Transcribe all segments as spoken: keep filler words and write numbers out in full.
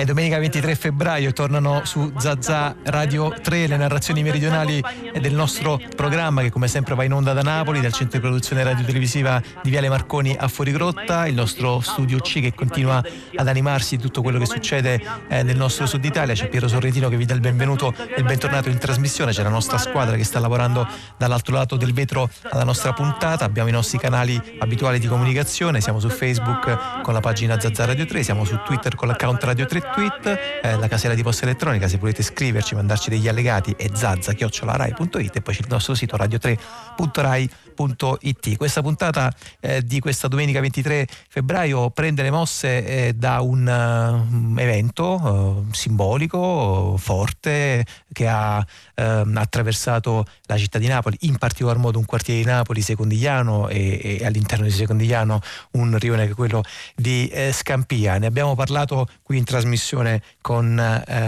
domenica ventitré febbraio tornano su Zazà Radio tre le narrazioni meridionali del nostro programma, che come sempre va in onda da Napoli, dal centro di produzione radiotelevisiva di Viale Marconi a Fuorigrotta, il nostro studio C che continua ad animarsi di tutto quello che succede eh, nel nostro sud Italia. C'è Piero Sorrentino che vi dà il benvenuto e il bentornato in trasmissione, c'è la nostra squadra che sta lavorando dall'altro lato del vetro alla nostra puntata, abbiamo i nostri canali abituali di comunicazione, siamo su Facebook con la pagina Zazà Radio tre, siamo su Twitter con l'account Radio tre Tweet, eh, la casella di posta elettronica, se volete scriverci, mandarci degli allegati è zazza chiocciola rai punto it, e poi c'è il nostro sito radio tre punto rai punto it. Questa puntata eh, di questa domenica ventitré febbraio prende le mosse eh, da un uh, evento uh, simbolico, forte, che ha uh, attraversato la città di Napoli, in particolar modo un quartiere di Napoli, Secondigliano, e, e all'interno di Secondigliano un rione che è quello di eh, Scampia. Ne abbiamo parlato qui in trasmissione con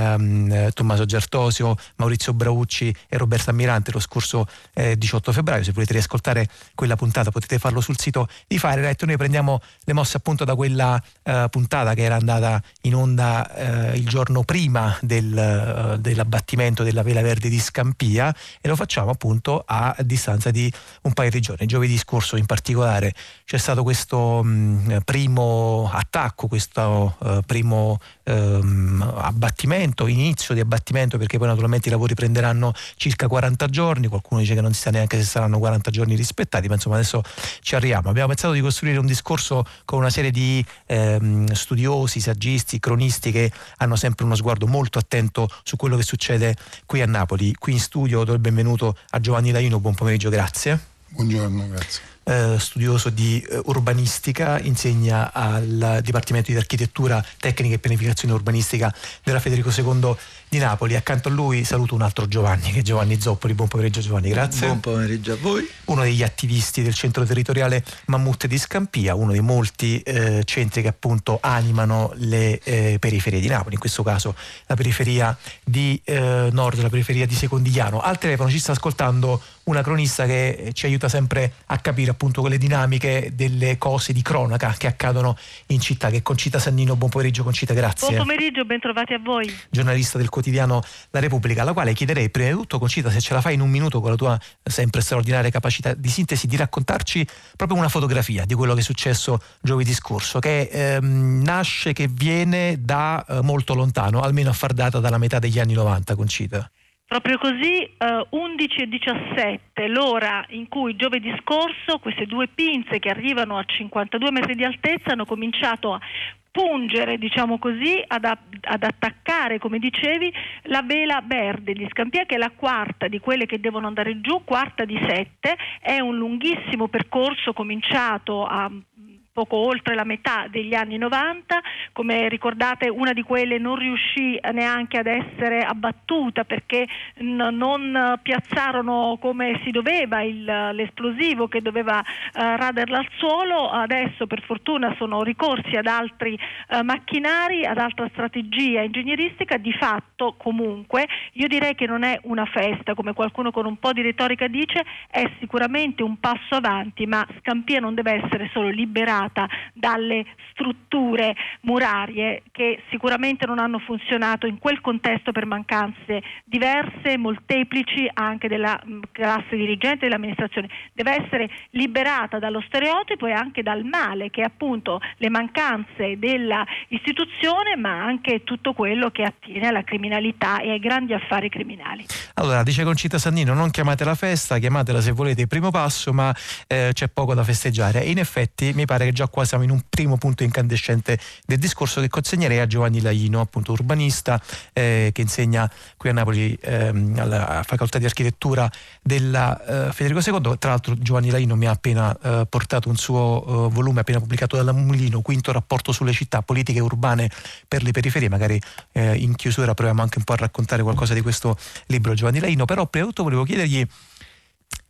ehm, Tommaso Giartosio, Maurizio Braucci e Roberta Ammirante lo scorso eh, diciotto febbraio. Se volete riascoltare quella puntata potete farlo sul sito di Firelight. Noi prendiamo le mosse appunto da quella eh, puntata che era andata in onda eh, il giorno prima del, uh, dell'abbattimento della Vela Verde di Scampia, e lo facciamo appunto a distanza di un paio di giorni. Giovedì scorso in particolare c'è stato questo mh, primo attacco, questo uh, primo um, abbattimento, inizio di abbattimento, perché poi naturalmente i lavori prenderanno circa quaranta giorni, qualcuno dice che non si sa neanche se saranno quaranta giorni rispettati, ma insomma adesso ci arriviamo. Abbiamo pensato di costruire un discorso con una serie di ehm, studiosi, saggisti, cronisti che hanno sempre uno sguardo molto attento su quello che succede qui a Napoli. Qui in studio do il benvenuto a Giovanni Laino, buon pomeriggio, grazie. Buongiorno, grazie. Uh, studioso di uh, urbanistica, insegna al Dipartimento di Architettura, Tecnica e Pianificazione Urbanistica della Federico secondo di Napoli. Accanto a lui saluto un altro Giovanni, che è Giovanni Zoppoli. Buon pomeriggio Giovanni, grazie. Buon pomeriggio a voi. Uno degli attivisti del centro territoriale Mammut di Scampia, uno dei molti eh, centri che appunto animano le eh, periferie di Napoli, in questo caso la periferia di eh, Nord, la periferia di Secondigliano. Al telefono ci sta ascoltando una cronista che ci aiuta sempre a capire appunto quelle dinamiche delle cose di cronaca che accadono in città, che è Concita Sannino. Buon pomeriggio Concita, grazie. Buon pomeriggio, ben trovati a voi. Giornalista del quotidiano La Repubblica, alla quale chiederei prima di tutto, Concita, se ce la fai in un minuto con la tua sempre straordinaria capacità di sintesi, di raccontarci proprio una fotografia di quello che è successo giovedì scorso, che ehm, nasce, che viene da eh, molto lontano, almeno a far data dalla metà degli anni novanta, Concita. Proprio così, eh, undici e diciassette, l'ora in cui giovedì scorso queste due pinze che arrivano a cinquantadue metri di altezza hanno cominciato a pungere, diciamo così, ad, ad attaccare, come dicevi, la Vela Verde di Scampia, che è la quarta di quelle che devono andare giù, quarta di sette. È un lunghissimo percorso cominciato a poco oltre la metà degli anni novanta. Come ricordate, una di quelle non riuscì neanche ad essere abbattuta perché n- non piazzarono come si doveva il, l'esplosivo che doveva uh, raderla al suolo. Adesso per fortuna sono ricorsi ad altri uh, macchinari, ad altra strategia ingegneristica. Di fatto comunque io direi che non è una festa, come qualcuno con un po' di retorica dice, è sicuramente un passo avanti, ma Scampia non deve essere solo liberata dalle strutture murarie che sicuramente non hanno funzionato in quel contesto per mancanze diverse, molteplici anche della mh, classe dirigente e dell'amministrazione. Deve essere liberata dallo stereotipo e anche dal male, che è appunto le mancanze della istituzione, ma anche tutto quello che attiene alla criminalità e ai grandi affari criminali. Allora, dice Concita Sannino, non chiamatela festa, chiamatela se volete il primo passo, ma eh, c'è poco da festeggiare. E in effetti mi pare che già qua siamo in un primo punto incandescente del discorso, che consegnerei a Giovanni Laino, appunto urbanista, eh, che insegna qui a Napoli ehm, alla facoltà di architettura della eh, Federico secondo. Tra l'altro Giovanni Laino mi ha appena eh, portato un suo eh, volume appena pubblicato dalla Mulino, quinto rapporto sulle città, politiche urbane per le periferie. Magari eh, in chiusura proviamo anche un po' a raccontare qualcosa di questo libro, Giovanni Laino. Però prima di tutto volevo chiedergli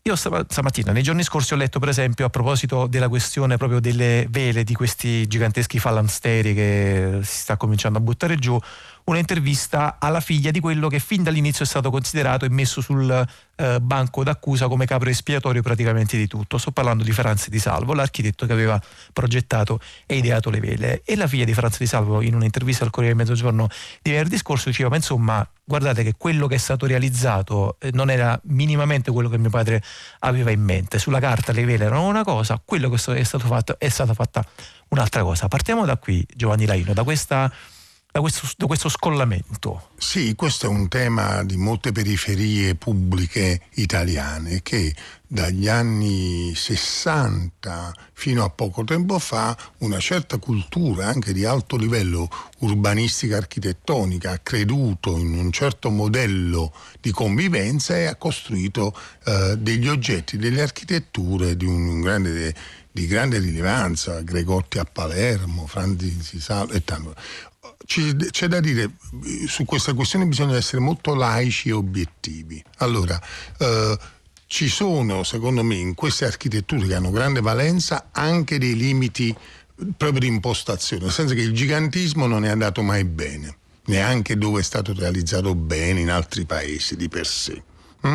Io stamattina, nei giorni scorsi, ho letto per esempio, a proposito della questione proprio delle vele di questi giganteschi falansteri che si sta cominciando a buttare giù, una intervista alla figlia di quello che fin dall'inizio è stato considerato e messo sul eh, banco d'accusa come capro espiatorio praticamente di tutto. Sto parlando di Franz Di Salvo, l'architetto che aveva progettato e ideato le vele. E la figlia di Franz Di Salvo, in un'intervista al Corriere del Mezzogiorno di venerdì scorso, diceva: ma insomma, guardate che quello che è stato realizzato eh, non era minimamente quello che mio padre aveva in mente. Sulla carta le vele erano una cosa, quello che è stato fatto è stata fatta un'altra cosa. Partiamo da qui, Giovanni Laino, da questa Da questo, da questo scollamento. Sì, questo è un tema di molte periferie pubbliche italiane che dagli anni sessanta fino a poco tempo fa una certa cultura anche di alto livello urbanistica architettonica ha creduto in un certo modello di convivenza e ha costruito eh, degli oggetti, delle architetture di un grande di grande rilevanza, Gregotti a Palermo, Franz Di Salvo e tanto. C'è da dire, su questa questione bisogna essere molto laici e obiettivi. Allora, eh, ci sono, secondo me, in queste architetture che hanno grande valenza anche dei limiti proprio di impostazione, nel senso che il gigantismo non è andato mai bene, neanche dove è stato realizzato bene in altri paesi di per sé. Mm?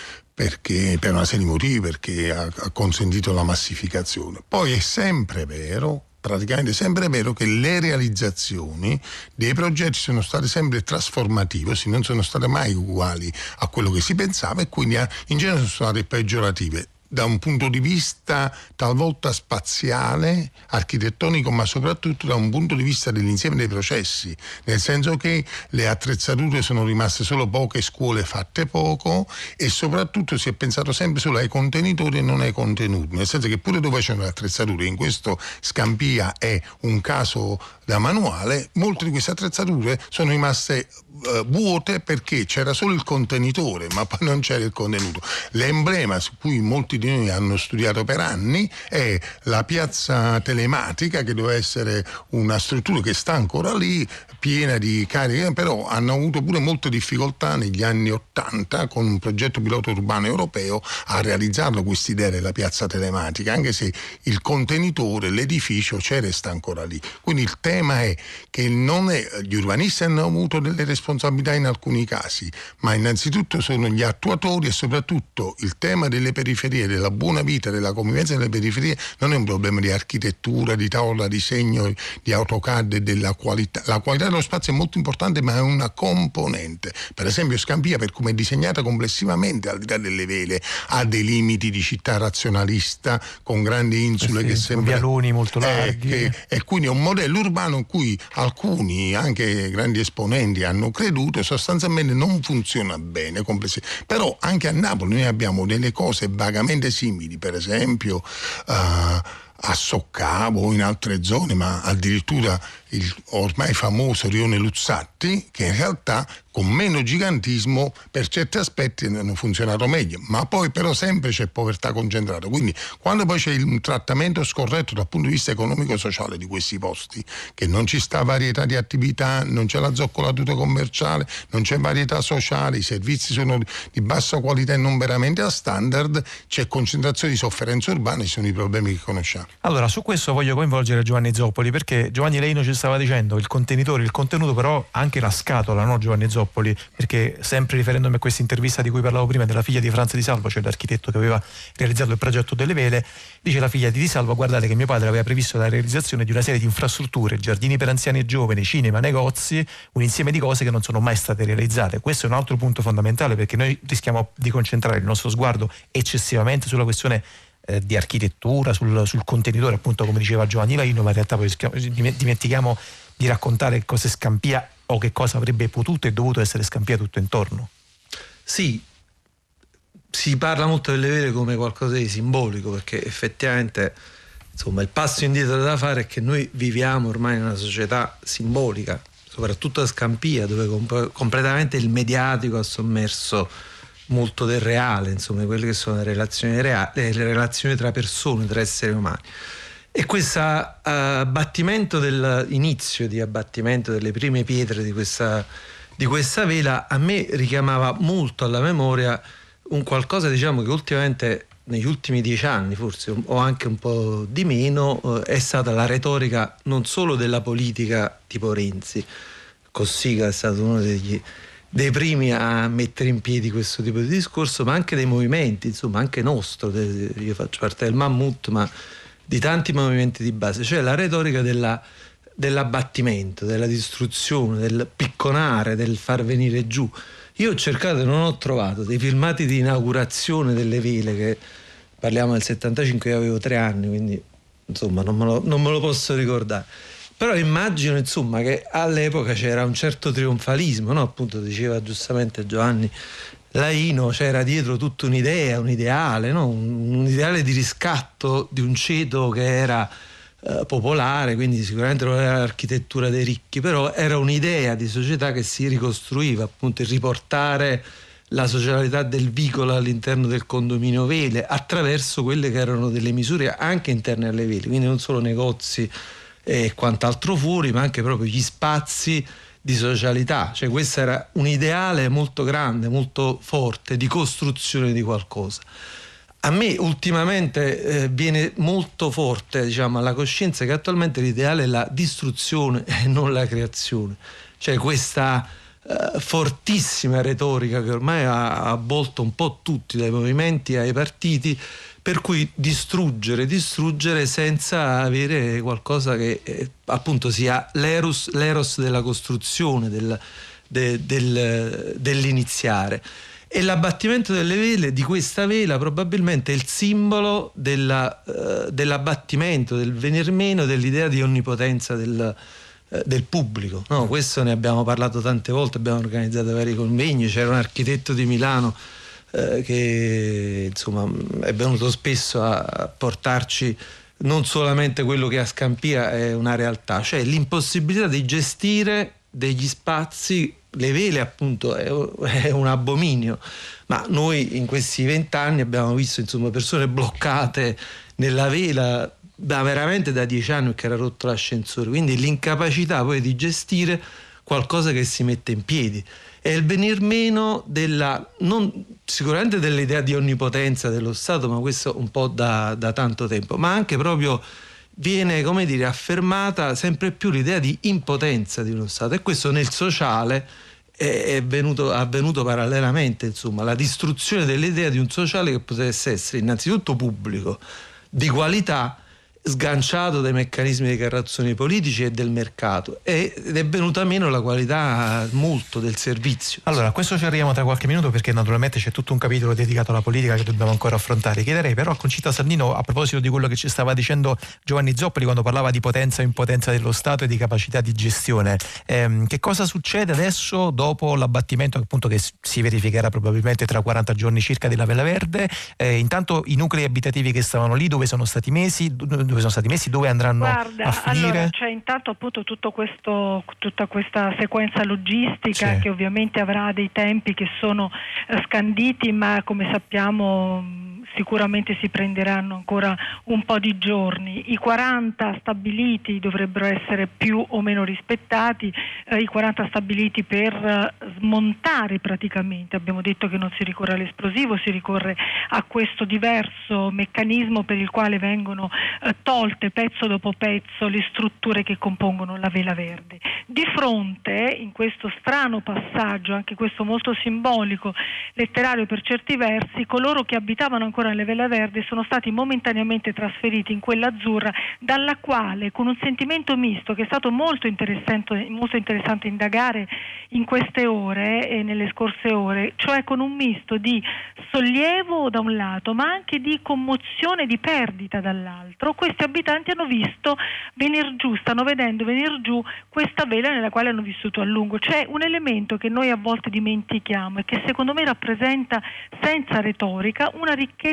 Perché per una serie di motivi, perché ha, ha consentito la massificazione. Poi è sempre vero, praticamente sempre vero, che le realizzazioni dei progetti sono state sempre trasformative, sì, non sono state mai uguali a quello che si pensava e quindi in genere sono state peggiorative da un punto di vista talvolta spaziale, architettonico, ma soprattutto da un punto di vista dell'insieme dei processi, nel senso che le attrezzature sono rimaste solo poche, scuole fatte poco e soprattutto si è pensato sempre solo ai contenitori e non ai contenuti, nel senso che pure dove c'è un'attrezzatura, in questo Scampia è un caso da manuale, molte di queste attrezzature sono rimaste uh, vuote perché c'era solo il contenitore, ma poi non c'era il contenuto. L'emblema su cui molti di noi hanno studiato per anni è la piazza telematica, che doveva essere una struttura che sta ancora lì, piena di cariche, però hanno avuto pure molte difficoltà negli anni ottanta con un progetto pilota urbano europeo a realizzarlo quest'idea della piazza telematica, anche se il contenitore, l'edificio c'era e sta ancora lì. Quindi il tema è che non è, gli urbanisti hanno avuto delle responsabilità in alcuni casi, ma innanzitutto sono gli attuatori e soprattutto il tema delle periferie, della buona vita, della convivenza delle periferie non è un problema di architettura, di tavola di segno, di AutoCAD e della qualità. La qualità dello spazio è molto importante, ma è una componente. Per esempio Scampia, per come è disegnata complessivamente, al di là delle vele, ha dei limiti di città razionalista con grandi insule, sì, che sembrano vialoni molto larghi, eh, che, e quindi è un modello urbano in cui alcuni, anche grandi esponenti, hanno creduto, sostanzialmente non funziona bene, però anche a Napoli noi abbiamo delle cose vagamente simili, per esempio uh, a Soccavo o in altre zone, ma addirittura il ormai famoso Rione Luzzatti, che in realtà con meno gigantismo per certi aspetti hanno funzionato meglio, ma poi però sempre c'è povertà concentrata, quindi quando poi c'è un trattamento scorretto dal punto di vista economico-sociale di questi posti, che non ci sta varietà di attività, non c'è la zoccolatura commerciale, non c'è varietà sociale, i servizi sono di bassa qualità e non veramente a standard, c'è concentrazione di sofferenze urbane, ci sono i problemi che conosciamo. Allora, su questo voglio coinvolgere Giovanni Zoppoli, perché Giovanni Leino ci stava dicendo il contenitore, il contenuto, però anche la scatola, no, Giovanni Zoppoli? Perché sempre riferendomi a questa intervista di cui parlavo prima della figlia di Franz Di Salvo, cioè l'architetto che aveva realizzato il progetto delle vele, dice la figlia di Di Salvo: guardate che mio padre aveva previsto la realizzazione di una serie di infrastrutture, giardini per anziani e giovani, cinema, negozi, un insieme di cose che non sono mai state realizzate. Questo è un altro punto fondamentale, perché noi rischiamo di concentrare il nostro sguardo eccessivamente sulla questione eh, di architettura, sul, sul contenitore, appunto, come diceva Giovanni Laino, ma in realtà poi dimentichiamo di raccontare che cosa è Scampia o che cosa avrebbe potuto e dovuto essere Scampia tutto intorno. Sì, si parla molto delle vele come qualcosa di simbolico, perché effettivamente, insomma, il passo indietro da fare è che noi viviamo ormai in una società simbolica, soprattutto a Scampia, dove comp- completamente il mediatico ha sommerso molto del reale, insomma, quelle che sono le relazioni reali, le relazioni tra persone, tra esseri umani. E questo uh, abbattimento dell'inizio di abbattimento delle prime pietre di questa, di questa vela a me richiamava molto alla memoria un qualcosa, diciamo, che ultimamente negli ultimi dieci anni forse o anche un po' di meno eh, è stata la retorica non solo della politica tipo Renzi. Cossiga è stato uno degli, dei primi a mettere in piedi questo tipo di discorso, ma anche dei movimenti, insomma anche nostro, io faccio parte del Mammut, ma di tanti movimenti di base, cioè la retorica della, dell'abbattimento, della distruzione, del picconare, del far venire giù. Io ho cercato e non ho trovato dei filmati di inaugurazione delle vele, che parliamo del settantacinque, io avevo tre anni, quindi insomma non me lo, non me lo posso ricordare. Però immagino insomma che all'epoca c'era un certo trionfalismo, no? Appunto diceva giustamente Giovanni Laino, c'era dietro tutta un'idea, un ideale, no? un, un ideale di riscatto di un ceto che era eh, popolare, quindi sicuramente non era l'architettura dei ricchi, però era un'idea di società che si ricostruiva, appunto il riportare la socialità del vicolo all'interno del condominio vele attraverso quelle che erano delle misure anche interne alle vele, quindi non solo negozi e quant'altro fuori, ma anche proprio gli spazi di socialità. Cioè questo era un ideale molto grande, molto forte di costruzione di qualcosa. A me ultimamente eh, viene molto forte, diciamo, alla coscienza che attualmente l'ideale è la distruzione e non la creazione. Cioè questa eh, fortissima retorica che ormai ha avvolto un po' tutti, dai movimenti ai partiti, per cui distruggere, distruggere senza avere qualcosa che eh, appunto sia l'eros, l'eros della costruzione, del, de, del, dell'iniziare. E l'abbattimento delle vele, di questa vela, probabilmente è il simbolo della, eh, dell'abbattimento, del venir meno dell'idea di onnipotenza del, eh, del pubblico. No, questo ne abbiamo parlato tante volte, abbiamo organizzato vari convegni, c'era un architetto di Milano che insomma è venuto spesso a portarci non solamente quello che a Scampia è una realtà, cioè l'impossibilità di gestire degli spazi. Le vele appunto è, è un abominio, ma noi in questi vent'anni abbiamo visto insomma persone bloccate nella vela da veramente da dieci anni perché era rotto l'ascensore, quindi l'incapacità poi di gestire qualcosa che si mette in piedi. È il venir meno della, non sicuramente dell'idea di onnipotenza dello Stato, ma questo un po' da, da tanto tempo, ma anche proprio viene, come dire, affermata sempre più l'idea di impotenza di uno Stato, e questo nel sociale è, è venuto, avvenuto parallelamente, insomma, la distruzione dell'idea di un sociale che potesse essere innanzitutto pubblico, di qualità, sganciato dai meccanismi di carrozzoni politici e del mercato, ed è venuta meno la qualità molto del servizio. Allora, a questo ci arriviamo tra qualche minuto, perché naturalmente c'è tutto un capitolo dedicato alla politica che dobbiamo ancora affrontare. Chiederei però a Concita Sandino, a proposito di quello che ci stava dicendo Giovanni Zoppoli quando parlava di potenza e impotenza dello Stato e di capacità di gestione, ehm, che cosa succede adesso dopo l'abbattimento appunto che si verificherà probabilmente tra quaranta giorni circa della Vela Verde? Eh, intanto i nuclei abitativi che stavano lì, dove sono stati messi? Dove sono stati messi, dove andranno Guarda, a finire? Allora, c'è intanto appunto tutto questo, tutta questa sequenza logistica, sì, che ovviamente avrà dei tempi che sono eh, scanditi, ma come sappiamo mh, sicuramente si prenderanno ancora un po' di giorni. I quaranta stabiliti dovrebbero essere più o meno rispettati, eh, i quaranta stabiliti per eh, smontare praticamente. Abbiamo detto che non si ricorre all'esplosivo, si ricorre a questo diverso meccanismo per il quale vengono eh, tolte pezzo dopo pezzo le strutture che compongono la Vela Verde. Di fronte, in questo strano passaggio, anche questo molto simbolico, letterario per certi versi, coloro che abitavano ancora nelle Vela Verde sono stati momentaneamente trasferiti in quella azzurra, dalla quale, con un sentimento misto che è stato molto interessante, molto interessante indagare in queste ore e nelle scorse ore, cioè con un misto di sollievo da un lato ma anche di commozione, di perdita dall'altro, questi abitanti hanno visto venir giù, stanno vedendo venir giù questa vela nella quale hanno vissuto a lungo. C'è un elemento che noi a volte dimentichiamo e che secondo me rappresenta senza retorica una ricchezza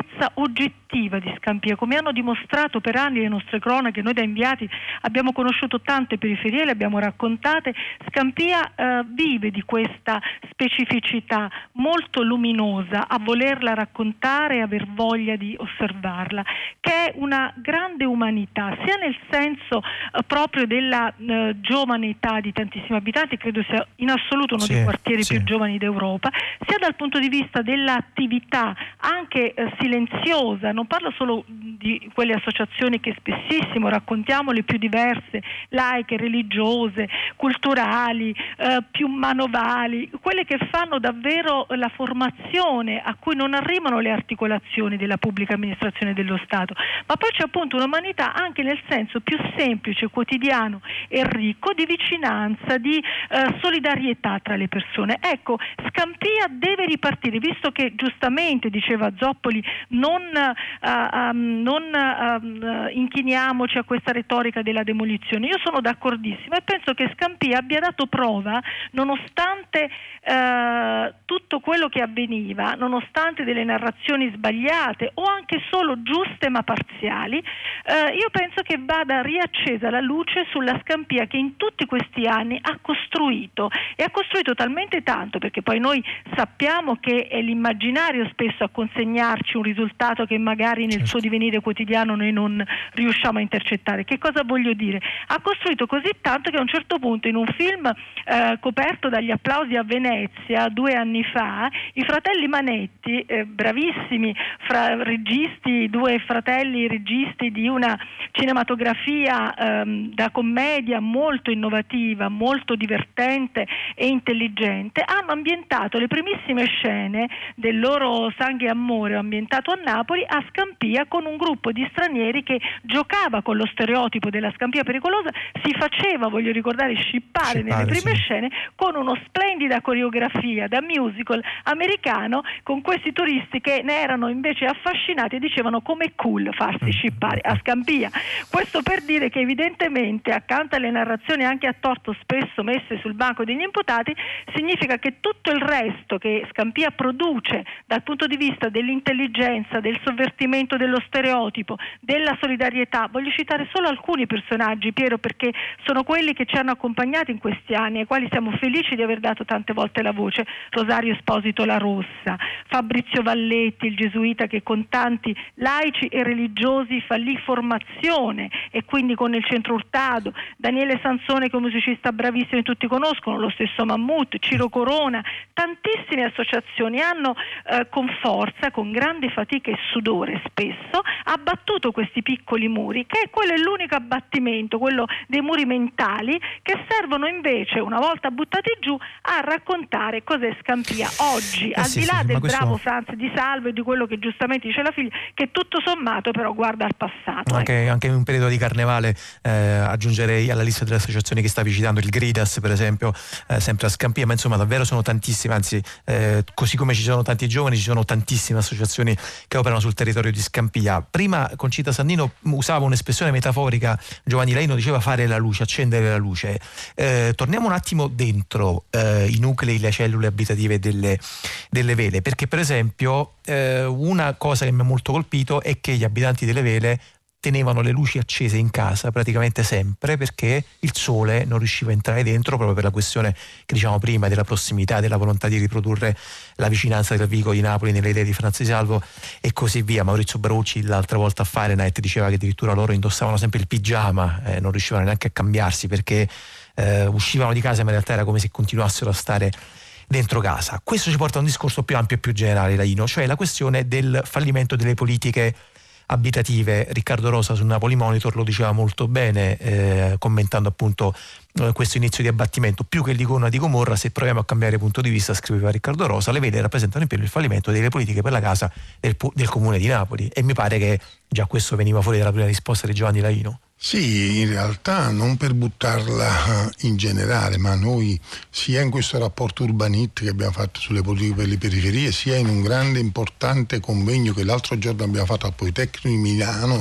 bellezza oggettiva di Scampia, come hanno dimostrato per anni le nostre cronache. Noi da inviati abbiamo conosciuto tante periferie, le abbiamo raccontate. Scampia eh, vive di questa specificità molto luminosa, a volerla raccontare e aver voglia di osservarla, che è una grande umanità, sia nel senso eh, proprio della eh, giovane età di tantissimi abitanti, credo sia in assoluto uno sì, dei quartieri sì. più giovani d'Europa, sia dal punto di vista dell'attività anche eh, silenziosa. Non parlo solo di quelle associazioni che spessissimo raccontiamo, le più diverse, laiche, religiose, culturali, eh, più manovali, quelle che fanno davvero la formazione a cui non arrivano le articolazioni della pubblica amministrazione dello Stato, ma poi c'è appunto un'umanità anche nel senso più semplice, quotidiano e ricco di vicinanza, di eh, solidarietà tra le persone. Ecco, Scampia deve ripartire, visto che giustamente diceva Zoppoli, non, uh, um, non uh, inchiniamoci a questa retorica della demolizione. Io sono d'accordissimo e penso che Scampia abbia dato prova, nonostante uh, tutto quello che avveniva, nonostante delle narrazioni sbagliate o anche solo giuste ma parziali, uh, io penso che vada riaccesa la luce sulla Scampia che in tutti questi anni ha costruito, e ha costruito talmente tanto, perché poi noi sappiamo che è l'immaginario spesso a consegnarci un risultato che magari nel suo divenire quotidiano noi non riusciamo a intercettare. Che cosa voglio dire? Ha costruito così tanto che a un certo punto, in un film eh, coperto dagli applausi a Venezia due anni fa, i fratelli Manetti, eh, bravissimi fra registi, due fratelli registi di una cinematografia ehm, da commedia molto innovativa, molto divertente e intelligente, hanno ambientato le primissime scene del loro Sangue e Amore, ambientato a Napoli, a Scampia, con un gruppo di stranieri che giocava con lo stereotipo della Scampia pericolosa, si faceva, voglio ricordare, scippare, scippare nelle prime sì. scene, con uno splendida coreografia da musical americano, con questi turisti che ne erano invece affascinati e dicevano com'è cool farsi scippare a Scampia. Questo per dire che evidentemente, accanto alle narrazioni anche a torto spesso messe sul banco degli imputati, significa che tutto il resto che Scampia produce dal punto di vista dell'intelligenza, del sovvertimento dello stereotipo, della solidarietà, voglio citare solo alcuni personaggi, Piero, perché sono quelli che ci hanno accompagnati in questi anni, ai quali siamo felici di aver dato tante volte la voce: Rosario Esposito La Rossa, Fabrizio Valletti, il gesuita che con tanti laici e religiosi fallì formazione, e quindi con il Centro Hurtado, Daniele Sansone che è un musicista bravissimo e tutti conoscono, lo stesso Mammut, Ciro Corona. Tantissime associazioni hanno eh, con forza, con grande fatica e sudore spesso, abbattuto questi piccoli muri, che è quello è l'unico abbattimento, quello dei muri mentali, che servono invece, una volta buttati giù, a raccontare cos'è Scampia oggi, eh al sì, di là sì, del questo... bravo Franz Di Salvo e di quello che giustamente dice la figlia, che tutto sommato però guarda al passato. Anche, ecco. anche in un periodo di carnevale eh, aggiungerei alla lista delle associazioni che stavi citando il Gridas, per esempio, eh, sempre a Scampia, ma insomma davvero sono tantissime, anzi eh, così come ci sono tanti giovani ci sono tantissime associazioni che operano sul territorio di Scampia. Prima Concita Sannino usava un'espressione metaforica, Giovanni Laino diceva fare la luce, accendere la luce. Eh, torniamo un attimo dentro eh, i nuclei, le cellule abitative delle, delle Vele, perché per esempio eh, una cosa che mi ha molto colpito è che gli abitanti delle Vele tenevano le luci accese in casa praticamente sempre, perché il sole non riusciva a entrare dentro, proprio per la questione che diciamo prima della prossimità, della volontà di riprodurre la vicinanza del Vico di Napoli nelle idee di Franz Di Salvo e così via. Maurizio Barucci l'altra volta a Fahrenheit diceva che addirittura loro indossavano sempre il pigiama, eh, non riuscivano neanche a cambiarsi perché eh, uscivano di casa, ma in realtà era come se continuassero a stare dentro casa. Questo ci porta a un discorso più ampio e più generale, Laino, cioè la questione del fallimento delle politiche abitative. Riccardo Rosa su Napoli Monitor lo diceva molto bene, eh, commentando appunto eh, questo inizio di abbattimento. Più che l'icona di Gomorra, se proviamo a cambiare punto di vista, scriveva Riccardo Rosa, le Vele rappresentano in pieno il fallimento delle politiche per la casa del, del Comune di Napoli, e mi pare che già questo veniva fuori dalla prima risposta di Giovanni Laino. Sì, in realtà non per buttarla in generale, ma noi sia in questo rapporto Urbanit che abbiamo fatto sulle politiche per le periferie, sia in un grande importante convegno che l'altro giorno abbiamo fatto al Politecnico di Milano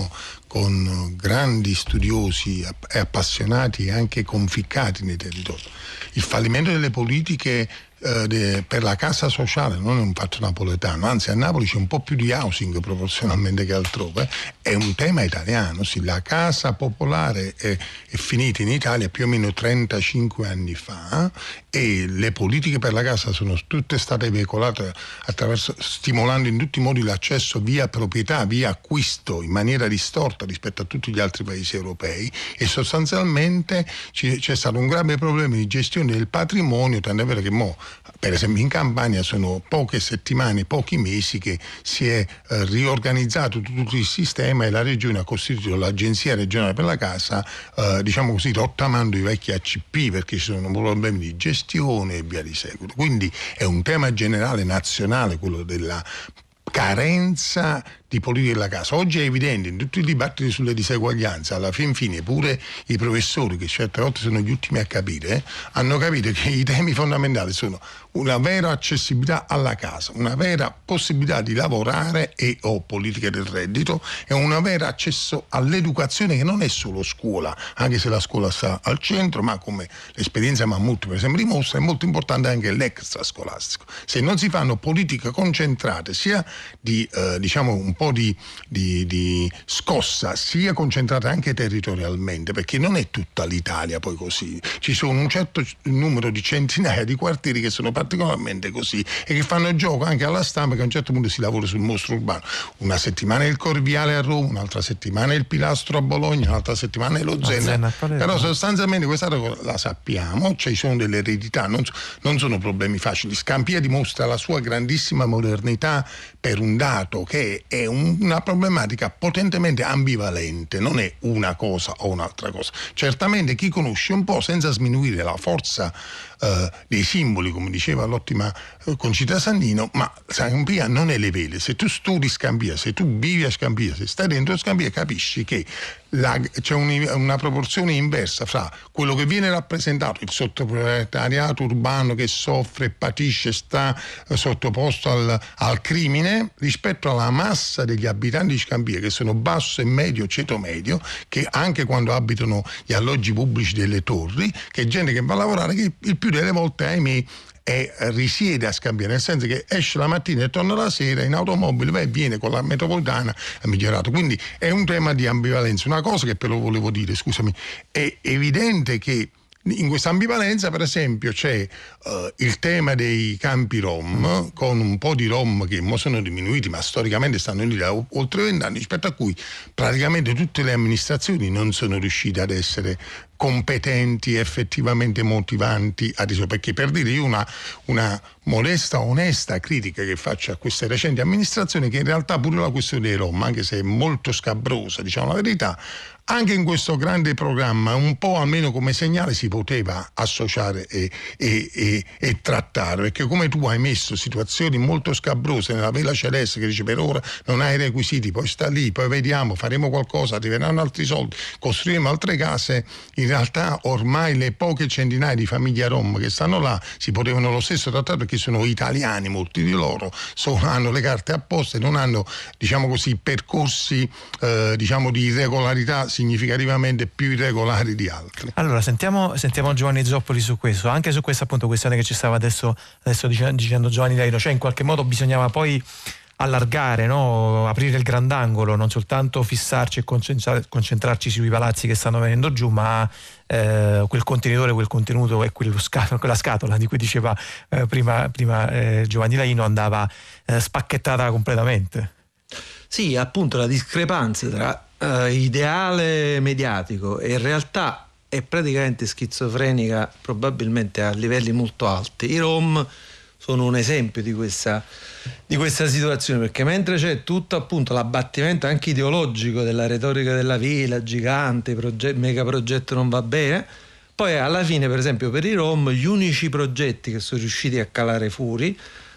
con grandi studiosi e appassionati e anche conficcati nei territori. Il fallimento delle politiche eh, de, per la casa sociale non è un fatto napoletano, anzi a Napoli c'è un po' più di housing proporzionalmente che altrove, è un tema italiano. Sì, la casa popolare è, è finita in Italia più o meno trentacinque anni fa e le politiche per la casa sono tutte state veicolate attraverso, stimolando in tutti i modi l'accesso via proprietà, via acquisto, in maniera distorta rispetto a tutti gli altri paesi europei, e sostanzialmente ci, c'è stato un grave problema di gestione del patrimonio, tant'è vero che mo, per esempio in Campania sono poche settimane, pochi mesi che si è eh, riorganizzato tutto il sistema e la regione ha costituito l'Agenzia regionale per la casa, eh, diciamo così, rottamando i vecchi A C P perché ci sono problemi di gestione e via di seguito. Quindi è un tema generale nazionale quello della carenza di politica della casa. Oggi è evidente in tutti i dibattiti sulle diseguaglianze, alla fin fine pure i professori, che certe volte sono gli ultimi a capire, eh, hanno capito che i temi fondamentali sono una vera accessibilità alla casa, una vera possibilità di lavorare e o politiche del reddito, e un vero accesso all'educazione, che non è solo scuola, anche se la scuola sta al centro, ma come l'esperienza Mammut per esempio dimostra, è molto importante anche l'extrascolastico. Se non si fanno politiche concentrate sia di eh, diciamo un po' di, di, di scossa, sia concentrate anche territorialmente, perché non è tutta l'Italia poi così, ci sono un certo numero di centinaia di quartieri che sono particolarmente così e che fanno gioco anche alla stampa, che a un certo punto si lavora sul mostro urbano. Una settimana è il Corviale a Roma, un'altra settimana è il Pilastro a Bologna, un'altra settimana è lo Zena, però sostanzialmente questa cosa la sappiamo, cioè ci sono delle eredità, non, non sono problemi facili. Scampia dimostra la sua grandissima modernità per un dato che è un, una problematica potentemente ambivalente, non è una cosa o un'altra cosa. Certamente chi conosce un po', senza sminuire la forza eh, dei simboli, come diceva l'ottima eh, Concita Sannino, ma Scampia non è le vele. Se tu studi Scampia, se tu vivi a Scampia, se stai dentro Scampia, capisci che la, c'è un, una proporzione inversa fra quello che viene rappresentato, il sottoproletariato urbano che soffre, patisce, sta eh, sottoposto al, al crimine, rispetto alla massa degli abitanti di Scampia, che sono basso e medio, ceto medio, che anche quando abitano gli alloggi pubblici delle torri, che è gente che va a lavorare, che il più delle volte, ahimè, e risiede a Scampia, nel senso che esce la mattina e torna la sera in automobile, va e viene con la metropolitana, ha migliorato. Quindi è un tema di ambivalenza. Una cosa che però volevo dire, scusami, è evidente che in questa ambivalenza, per esempio, c'è uh, il tema dei campi rom, con un po' di rom che mo sono diminuiti, ma storicamente stanno lì da oltre vent'anni, rispetto a cui praticamente tutte le amministrazioni non sono riuscite ad essere competenti, effettivamente motivanti a risolvere. Perché, per dire, io una, una modesta, onesta critica che faccio a queste recenti amministrazioni, che in realtà pure la questione dei rom, anche se è molto scabrosa, diciamo la verità, anche in questo grande programma un po' almeno come segnale si poteva associare e, e, e, e trattare, perché come tu hai messo situazioni molto scabrose nella Vela Celeste, che dice per ora non hai requisiti, poi sta lì, poi vediamo, faremo qualcosa, arriveranno altri soldi, costruiremo altre case. In realtà ormai le poche centinaia di famiglie rom che stanno là si potevano lo stesso trattare, perché sono italiani, molti di loro sono, hanno le carte apposte, non hanno, diciamo così, percorsi eh, diciamo di irregolarità significativamente più irregolari di altri. Allora sentiamo, sentiamo Giovanni Zoppoli su questo, anche su questa appunto questione che ci stava adesso, adesso dicendo Giovanni Laino, cioè in qualche modo bisognava poi allargare, no? Aprire il grandangolo, non soltanto fissarci e concentrar- concentrarci sui palazzi che stanno venendo giù, ma eh, quel contenitore, quel contenuto e quello scat- quella scatola di cui diceva eh, prima, prima eh, Giovanni Laino andava eh, spacchettata completamente. Sì, appunto la discrepanza tra uh, ideale mediatico e realtà è praticamente schizofrenica, probabilmente a livelli molto alti. I rom sono un esempio di questa, di questa situazione, perché mentre c'è tutto appunto l'abbattimento anche ideologico della retorica della villa gigante, proget- mega progetto non va bene, poi alla fine per esempio per i rom gli unici progetti che sono riusciti a calare fuori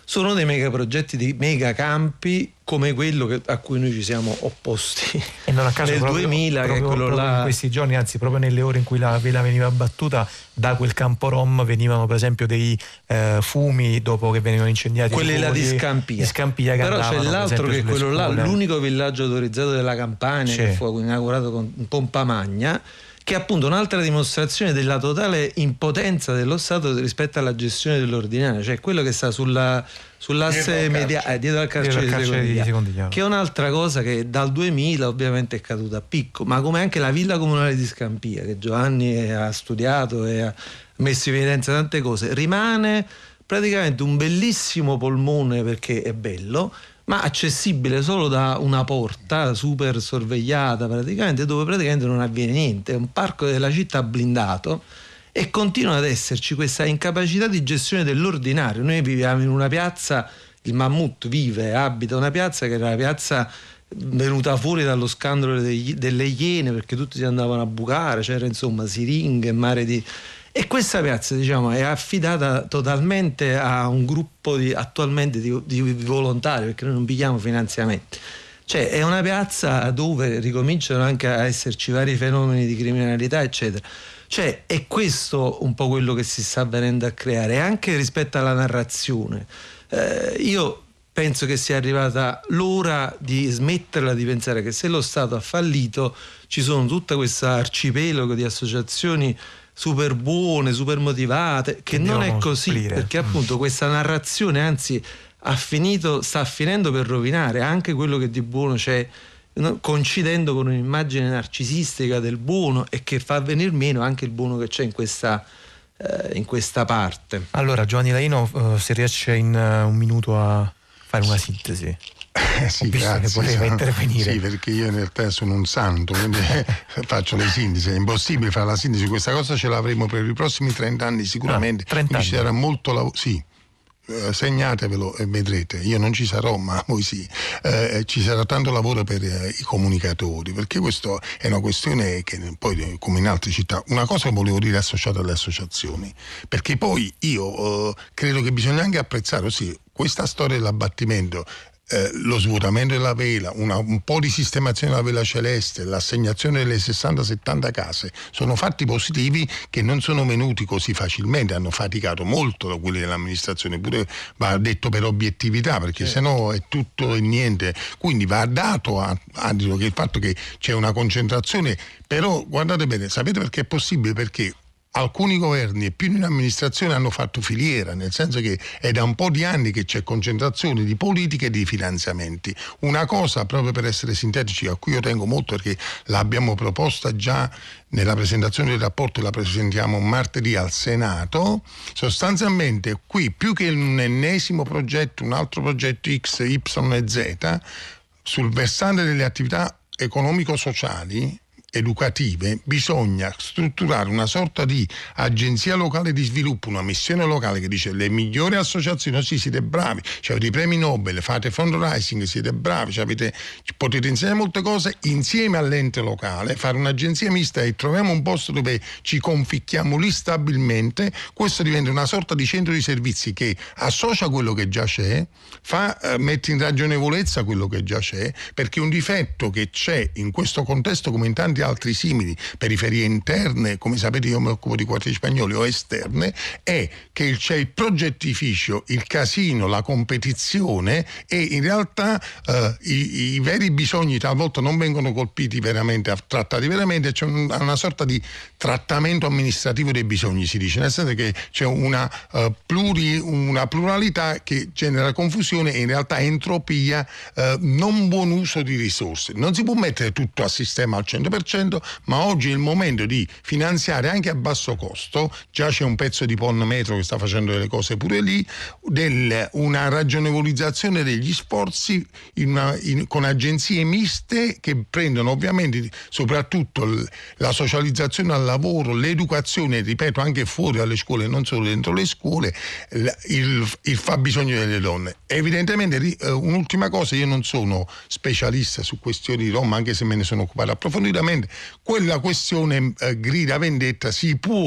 sono dei mega progetti di mega campi come quello che, a cui noi ci siamo opposti e non a caso nel proprio, duemila, proprio, che è quello proprio là in questi giorni, anzi proprio nelle ore in cui la vela veniva abbattuta, da quel campo rom venivano per esempio dei eh, fumi dopo che venivano incendiati, quelli là di di Scampia, di Scampia che però andavano, c'è l'altro che è quello là, l'unico villaggio autorizzato della Campania, sì, che fu inaugurato con pompa magna, che è appunto un'altra dimostrazione della totale impotenza dello Stato rispetto alla gestione dell'ordinario, cioè quello che sta sulla, sull'asse media, eh, dietro al carcere, dietro al carcere di Secondigliano, che è un'altra cosa che dal duemila ovviamente è caduta a picco, ma come anche la villa comunale di Scampia, che Giovanni ha studiato e ha messo in evidenza tante cose, rimane praticamente un bellissimo polmone perché è bello, ma accessibile solo da una porta super sorvegliata praticamente, dove praticamente non avviene niente. È un parco della città blindato e continua ad esserci questa incapacità di gestione dell'ordinario. Noi viviamo in una piazza, il Mammut vive, abita una piazza che era la piazza venuta fuori dallo scandalo degli, delle Iene, perché tutti si andavano a bucare, c'era insomma siringhe, mare di... E questa piazza, diciamo, è affidata totalmente a un gruppo di, attualmente di, di volontari, perché noi non pigliamo finanziamenti. Cioè è una piazza dove ricominciano anche a esserci vari fenomeni di criminalità, eccetera. Cioè è questo un po' quello che si sta venendo a creare, anche rispetto alla narrazione. Eh, io penso che sia arrivata l'ora di smetterla di pensare che se lo Stato ha fallito ci sono tutta questa arcipelago di associazioni super buone, super motivate, che non è così, supplire. Perché appunto questa narrazione anzi ha finito, sta finendo per rovinare anche quello che di buono c'è, no? Coincidendo con un'immagine narcisistica del buono e che fa venir meno anche il buono che c'è in questa, eh, in questa parte. Allora Giovanni Laino, uh, se riesce in uh, un minuto a fare una sintesi. Eh sì, grazie. Che voleva intervenire. Sì, perché io in realtà sono un santo, quindi faccio le sintesi. È impossibile fare la sintesi. Questa cosa ce l'avremo per i prossimi trenta anni sicuramente. Ah, trenta anni. Ci sarà molto lavoro. Sì. Eh, segnatevelo e vedrete, io non ci sarò ma voi sì, eh, ci sarà tanto lavoro per eh, i comunicatori, perché questo è una questione che poi come in altre città, una cosa che volevo dire associata alle associazioni, perché poi io eh, credo che bisogna anche apprezzare sì, questa storia dell'abbattimento, Eh, lo svuotamento della vela, una, un po' di sistemazione della vela celeste, l'assegnazione delle sessanta settanta case, sono fatti positivi che non sono venuti così facilmente, hanno faticato molto da quelli dell'amministrazione, pure va detto per obiettività, perché certo. Sennò è tutto e niente, quindi va dato a, a dire che il fatto che c'è una concentrazione, però guardate bene, sapete perché è possibile? Perché alcuni governi e più di un'amministrazione hanno fatto filiera, nel senso che è da un po' di anni che c'è concentrazione di politiche e di finanziamenti. Una cosa, proprio per essere sintetici, a cui io tengo molto perché l'abbiamo proposta già nella presentazione del rapporto, la presentiamo martedì al Senato, sostanzialmente qui più che un ennesimo progetto, un altro progetto X, Y e Z, sul versante delle attività economico-sociali, educative, bisogna strutturare una sorta di agenzia locale di sviluppo, una missione locale che dice le migliori associazioni, sì siete bravi, avete i premi Nobel, fate fundraising, siete bravi, avete, potete insegnare molte cose insieme all'ente locale, fare un'agenzia mista e troviamo un posto dove ci conficchiamo lì stabilmente, questo diventa una sorta di centro di servizi che associa quello che già c'è, fa, eh, mette in ragionevolezza quello che già c'è, perché un difetto che c'è in questo contesto come in tanti altri simili, periferie interne, come sapete io mi occupo di quartieri spagnoli, o esterne, è che c'è il progettificio, il casino, la competizione e in realtà eh, i, i veri bisogni talvolta non vengono colpiti veramente, trattati veramente, c'è un, una sorta di trattamento amministrativo dei bisogni, si dice, nel senso che c'è una, uh, pluri, una pluralità che genera confusione e in realtà entropia, uh, non buon uso di risorse. Non si può mettere tutto a sistema al cento per cento, ma oggi è il momento di finanziare anche a basso costo, già c'è un pezzo di Pon Metro che sta facendo delle cose pure lì, del, una ragionevolizzazione degli sforzi in una, in, con agenzie miste che prendono ovviamente soprattutto l, la socializzazione al lavoro, l'educazione, ripeto anche fuori dalle scuole, non solo dentro le scuole, il, il, il fabbisogno delle donne. Evidentemente un'ultima cosa, io non sono specialista su questioni di Roma, anche se me ne sono occupato approfonditamente, quella questione eh, grida vendetta si può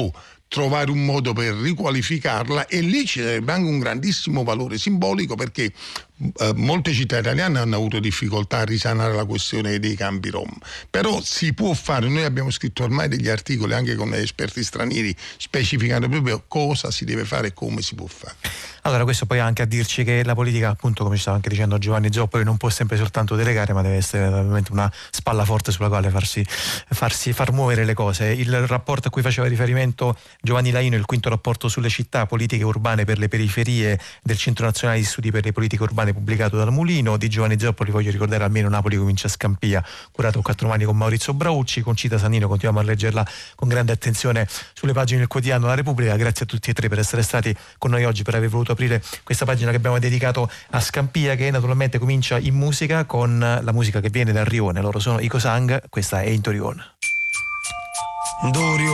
trovare un modo per riqualificarla, e lì ci sarebbe anche un grandissimo valore simbolico, perché eh, molte città italiane hanno avuto difficoltà a risanare la questione dei campi rom, però si può fare. Noi abbiamo scritto ormai degli articoli anche con esperti stranieri specificando proprio cosa si deve fare e come si può fare. Allora, questo poi anche a dirci che la politica, appunto, come ci stava anche dicendo Giovanni Zoppoli, non può sempre soltanto delegare, ma deve essere veramente una spalla forte sulla quale farsi, farsi far muovere le cose. Il rapporto a cui faceva riferimento Giovanni Laino, il quinto rapporto sulle città, politiche urbane per le periferie del Centro Nazionale di Studi per le Politiche Urbane, pubblicato dal Mulino, di Giovanni Zoppoli, voglio ricordare almeno Napoli comincia a Scampia, curato a quattro mani con Maurizio Braucci. Concita Sannino continuiamo a leggerla con grande attenzione sulle pagine del quotidiano La Repubblica. Grazie a tutti e tre per essere stati con noi oggi, per aver voluto aprire questa pagina che abbiamo dedicato a Scampia, che naturalmente comincia in musica con la musica che viene dal Rione. Loro sono i Cosang, questa è Into Rione. Dorio,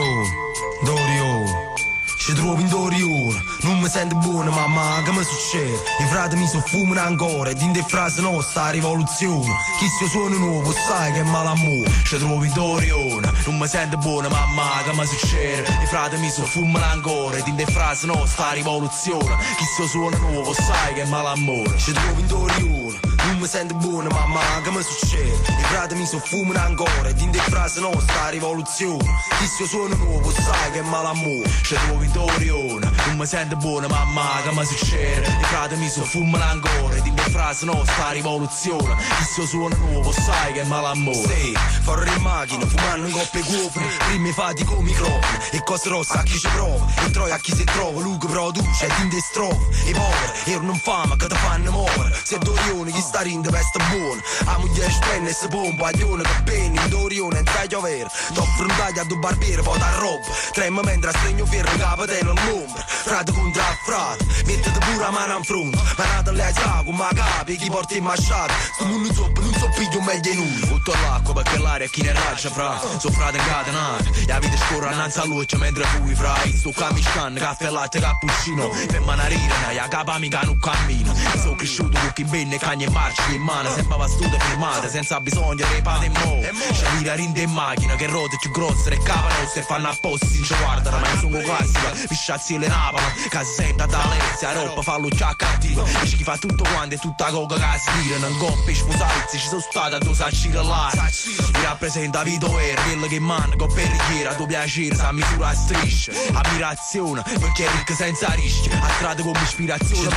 Dorio, ci trovo in Dorione, non mi sento buono, mamma, che mi succede? I frati mi soffumano ancora, e in de frasi nostra rivoluzione. Chi si suona nuovo, sai che è malamore. Ci trovo in Dorione, non mi sento buono, mamma, che mi succede? I frati mi soffumano ancora, e in de frasi nostra rivoluzione. Chi si suona nuovo, sai che è malamore. Ci trovo in Dorione, non mi sento buono, mamma, che mi succede? I frati mi soffumano ancora, e in de frasi nostra rivoluzione. Chi si suona nuovo, sai che è malamore. Ci trovo in Dorione, non mi sento buono, mamma, che mi succede? I frati mi soffumano ancora, di mie frasi no, sta rivoluzione. Chi si suona nuovo, sai che è malamore. Sì, farò in macchina, fumando in coppe cuofre, prima fatti con microfono, e cose rosse a chi ci prova, e troia a chi si trova, Luca produce, e in de strofe, i poveri, erano infame che ti fanno muovere. Se Dorione chi sta rindo veste buono, a moglie spenne e si pompa, aglione che bene, in Dorione non sai piovere, t'offro un taglio a due barbieri, poi da roba, trema mentre stregno ferro capo nell'ombra, frate contro frate, mettete pure la mano in fronte, ma nata lei sa con ma capi, chi porta in masciata, sto mondo zoppo, non so piglio meglio in uno. Butto l'acqua perché l'aria chi ne raccia fra, so frate incatenati, la vita scorre annanzi a luce mentre fui fra, sto camisciando, caffè latte, cappuccino, per manarire, la capa amica non cammino, sono cresciuto con chi bene, cagne e marci in mano, sempre vastute firmate, senza bisogno di pate e mo, c'è mira rinde in macchina, che rote più grosse, e capa nostre fanno apposta, si guardano, ma io sono classica, pisciazzi le napoli, casetta d'Alessia, roba fa luccia cattiva, e chi fa tutto quanto e tutta coca che si tira, non coppe sposarsi, ci sono stata tu sai circolare, mi rappresenta Vito Vera, quello che manca con perriera, tuo piacere, sa misura a strisce, ammirazione, perché è ricco senza rischi, a strada come ispirazione,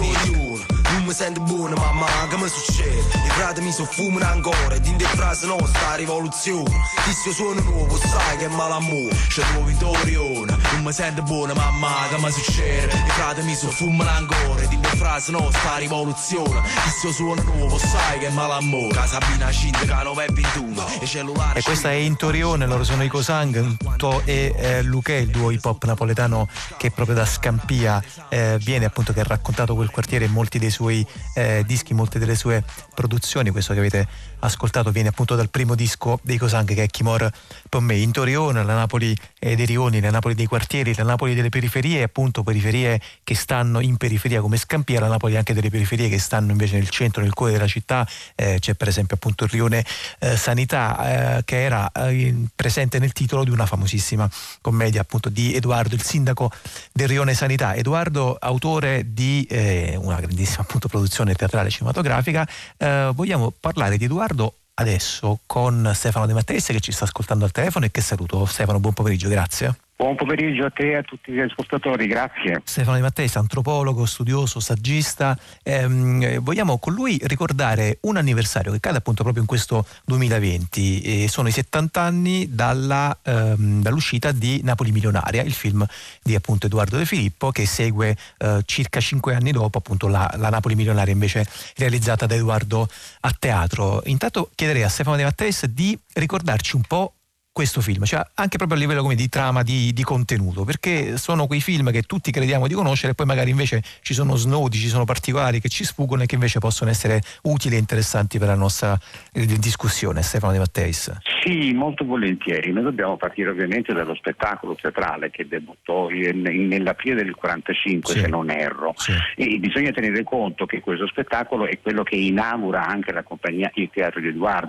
non mi sento buono, mamma, che mi succede? I frati mi soffumano ancora, e in de frasi nostra rivoluzione. Chi si suona nuovo, sai che è malamore. Ci trovo in Dorione, non mi sento buono, mamma, che mi succede? I frati mi soffumano ancora, e in de frasi nostra rivoluzione. Chi si suona nuovo, sai che è malamore. Casabina cinta, che nove e ventuno, e cellulare. E questa è Into Rione, loro sono i Cosang, e eh, Luque, il duo hip hop napoletano che proprio da Scampia eh, viene, appunto, che ha raccontato quel quartiere e molti dei suoi eh, dischi, molte delle sue produzioni. Questo che avete ascoltato viene appunto dal primo disco dei Cosang, che è Chi mor per me. Into Rione, la Napoli eh, dei rioni, la Napoli dei quartieri, la Napoli delle periferie, appunto periferie che stanno in periferia come Scampia, la Napoli anche delle periferie che stanno invece nel centro, nel cuore della città. Eh, c'è per esempio appunto il Rione eh, Sanità, eh, che era eh, presente nel titolo di una famosissima commedia appunto di Edoardo, il sindaco del Rione Sanità. Edoardo, autore di eh, una grandissima appunto produzione teatrale cinematografica. Eh, vogliamo parlare di Edoardo adesso con Stefano De Matteis, che ci sta ascoltando al telefono, e che saluto. Stefano, buon pomeriggio, grazie. Buon pomeriggio a te e a tutti gli ascoltatori, grazie. Stefano De Matteis, antropologo, studioso, saggista. Ehm, vogliamo con lui ricordare un anniversario che cade appunto proprio in questo duemilaventi, e sono i settanta anni dalla, ehm, dall'uscita di Napoli Milionaria, il film di appunto Edoardo De Filippo, che segue eh, circa cinque anni dopo appunto la, la Napoli Milionaria invece realizzata da Edoardo a teatro. Intanto chiederei a Stefano De Matteis di ricordarci un po' questo film, cioè anche proprio a livello come di trama, di, di contenuto, perché sono quei film che tutti crediamo di conoscere e poi magari invece ci sono snodi, ci sono particolari che ci sfuggono e che invece possono essere utili e interessanti per la nostra eh, discussione. Stefano De Matteis. Sì, molto volentieri. Noi dobbiamo partire ovviamente dallo spettacolo teatrale che debuttò in, in, nell'aprile del quarantacinque, sì, se non erro. Sì. E bisogna tenere conto che questo spettacolo è quello che inaugura anche la compagnia Il Teatro di Edoardo,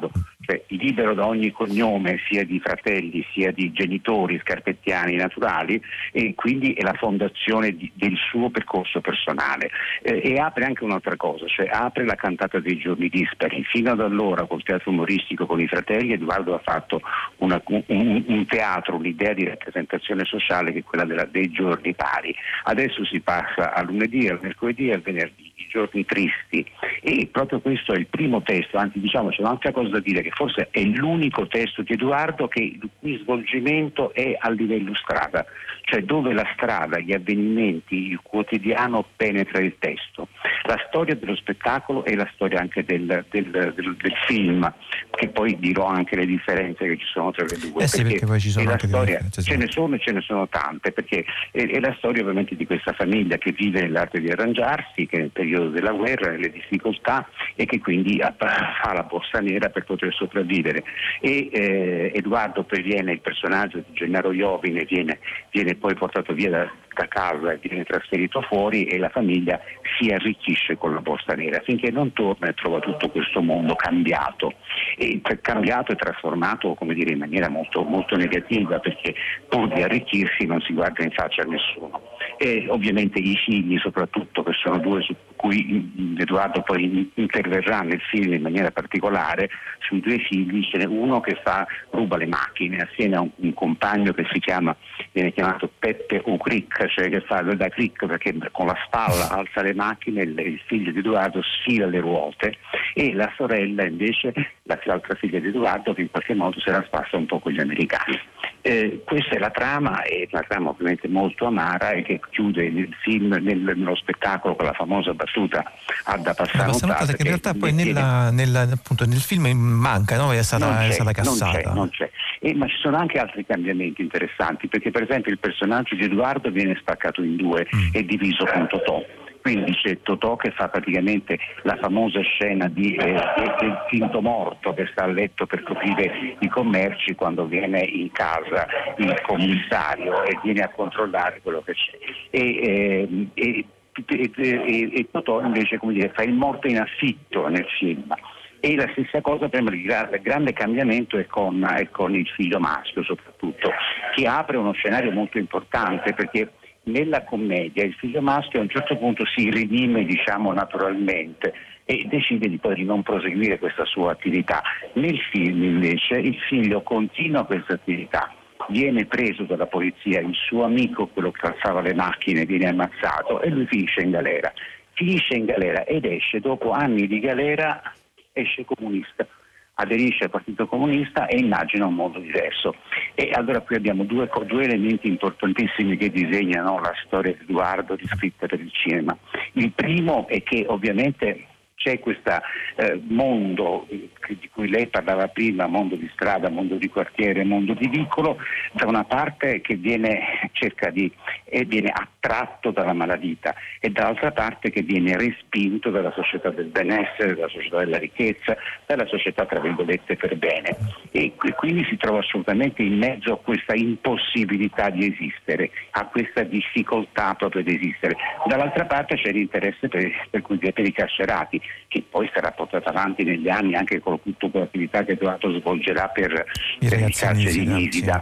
cioè libero da ogni cognome, sia di fratelli sia di genitori scarpettiani naturali, e quindi è la fondazione di, del suo percorso personale. Eh, e apre anche un'altra cosa, cioè apre la cantata dei giorni dispari. Fino ad allora col teatro umoristico con i fratelli Edoardo ha fatto una, un, un teatro, un'idea di rappresentazione sociale che è quella della, dei giorni pari. Adesso si passa al lunedì, al mercoledì e al venerdì, i giorni tristi, e proprio questo è il primo testo, anzi diciamo c'è un'altra cosa da dire, che forse è l'unico testo di Edoardo che il cui svolgimento è a livello strada, cioè dove la strada, gli avvenimenti, il quotidiano penetra il testo. La storia dello spettacolo è la storia anche del, del, del, del film, che poi dirò anche le differenze che ci sono tra le due. Eh sì, perché, perché poi ci sono anche storia, differenze, ce ne sono e ce ne sono tante, perché è, è la storia ovviamente di questa famiglia che vive nell'arte di arrangiarsi, che nel periodo della guerra, nelle difficoltà, e che quindi fa la borsa nera per poter sopravvivere. E eh, Edoardo previene il personaggio di Gennaro Iovine, viene, viene poi portato via da, da casa e viene trasferito fuori, e la famiglia si arricchisce con la borsa nera finché non torna e trova tutto questo mondo cambiato e cambiato e trasformato, come dire, in maniera molto, molto negativa, perché pur di arricchirsi non si guarda in faccia a nessuno. E ovviamente i figli, soprattutto, che sono due su cui Edoardo poi interverrà nel film in maniera particolare, sui due figli ce n'è uno che fa ruba le macchine assieme a un, un compagno che si chiama, viene chiamato Peppe Ucric, cioè che fa da cric perché con la spalla alza le macchine, il, il figlio di Edoardo sfila le ruote, e la sorella invece, l'altra figlia di Edoardo, che in qualche modo se la spassa un po' con gli americani. Eh, questa è la trama, è una trama ovviamente molto amara e che chiude il film nel, nello spettacolo con la famosa battuta Adda Passanottate, che in realtà poi nella, nella, appunto, nel film manca, no? È stata, è stata cassata. Non c'è, non c'è. E, ma ci sono anche altri cambiamenti interessanti, perché per esempio il personaggio di Edoardo viene spaccato in due mm. e diviso con Totò. Quindi c'è Totò che fa praticamente la famosa scena di, eh, del finto morto che sta a letto per coprire i commerci quando viene in casa il commissario e viene a controllare quello che c'è. E, eh, e, e, e, e Totò invece, come dire, fa il morto in affitto nel film. E la stessa cosa, per il grande cambiamento è con, è con il figlio maschio soprattutto, che apre uno scenario molto importante, perché nella commedia il figlio maschio a un certo punto si redime, diciamo, naturalmente e decide di poi non proseguire questa sua attività. Nel film invece il figlio continua questa attività, viene preso dalla polizia, il suo amico, quello che calzava le macchine, viene ammazzato e lui finisce in galera. Finisce in galera ed esce, dopo anni di galera, esce comunista. Aderisce al Partito Comunista e immagina un mondo diverso. E allora qui abbiamo due, due elementi importantissimi che disegnano la storia di Edoardo riscritta per il cinema. Il primo è che ovviamente c'è questo eh, mondo eh, di cui lei parlava prima, mondo di strada, mondo di quartiere, mondo di vicolo, da una parte che viene, cerca di, e viene attratto dalla malavita, e dall'altra parte che viene respinto dalla società del benessere, dalla società della ricchezza, dalla società tra virgolette per bene. E quindi si trova assolutamente in mezzo a questa impossibilità di esistere, a questa difficoltà proprio di esistere. Dall'altra parte c'è l'interesse per, per, cui, per i carcerati, che poi sarà portata avanti negli anni anche con tutta l'attività che Edoardo svolgerà per, I per i carceri di Nisida,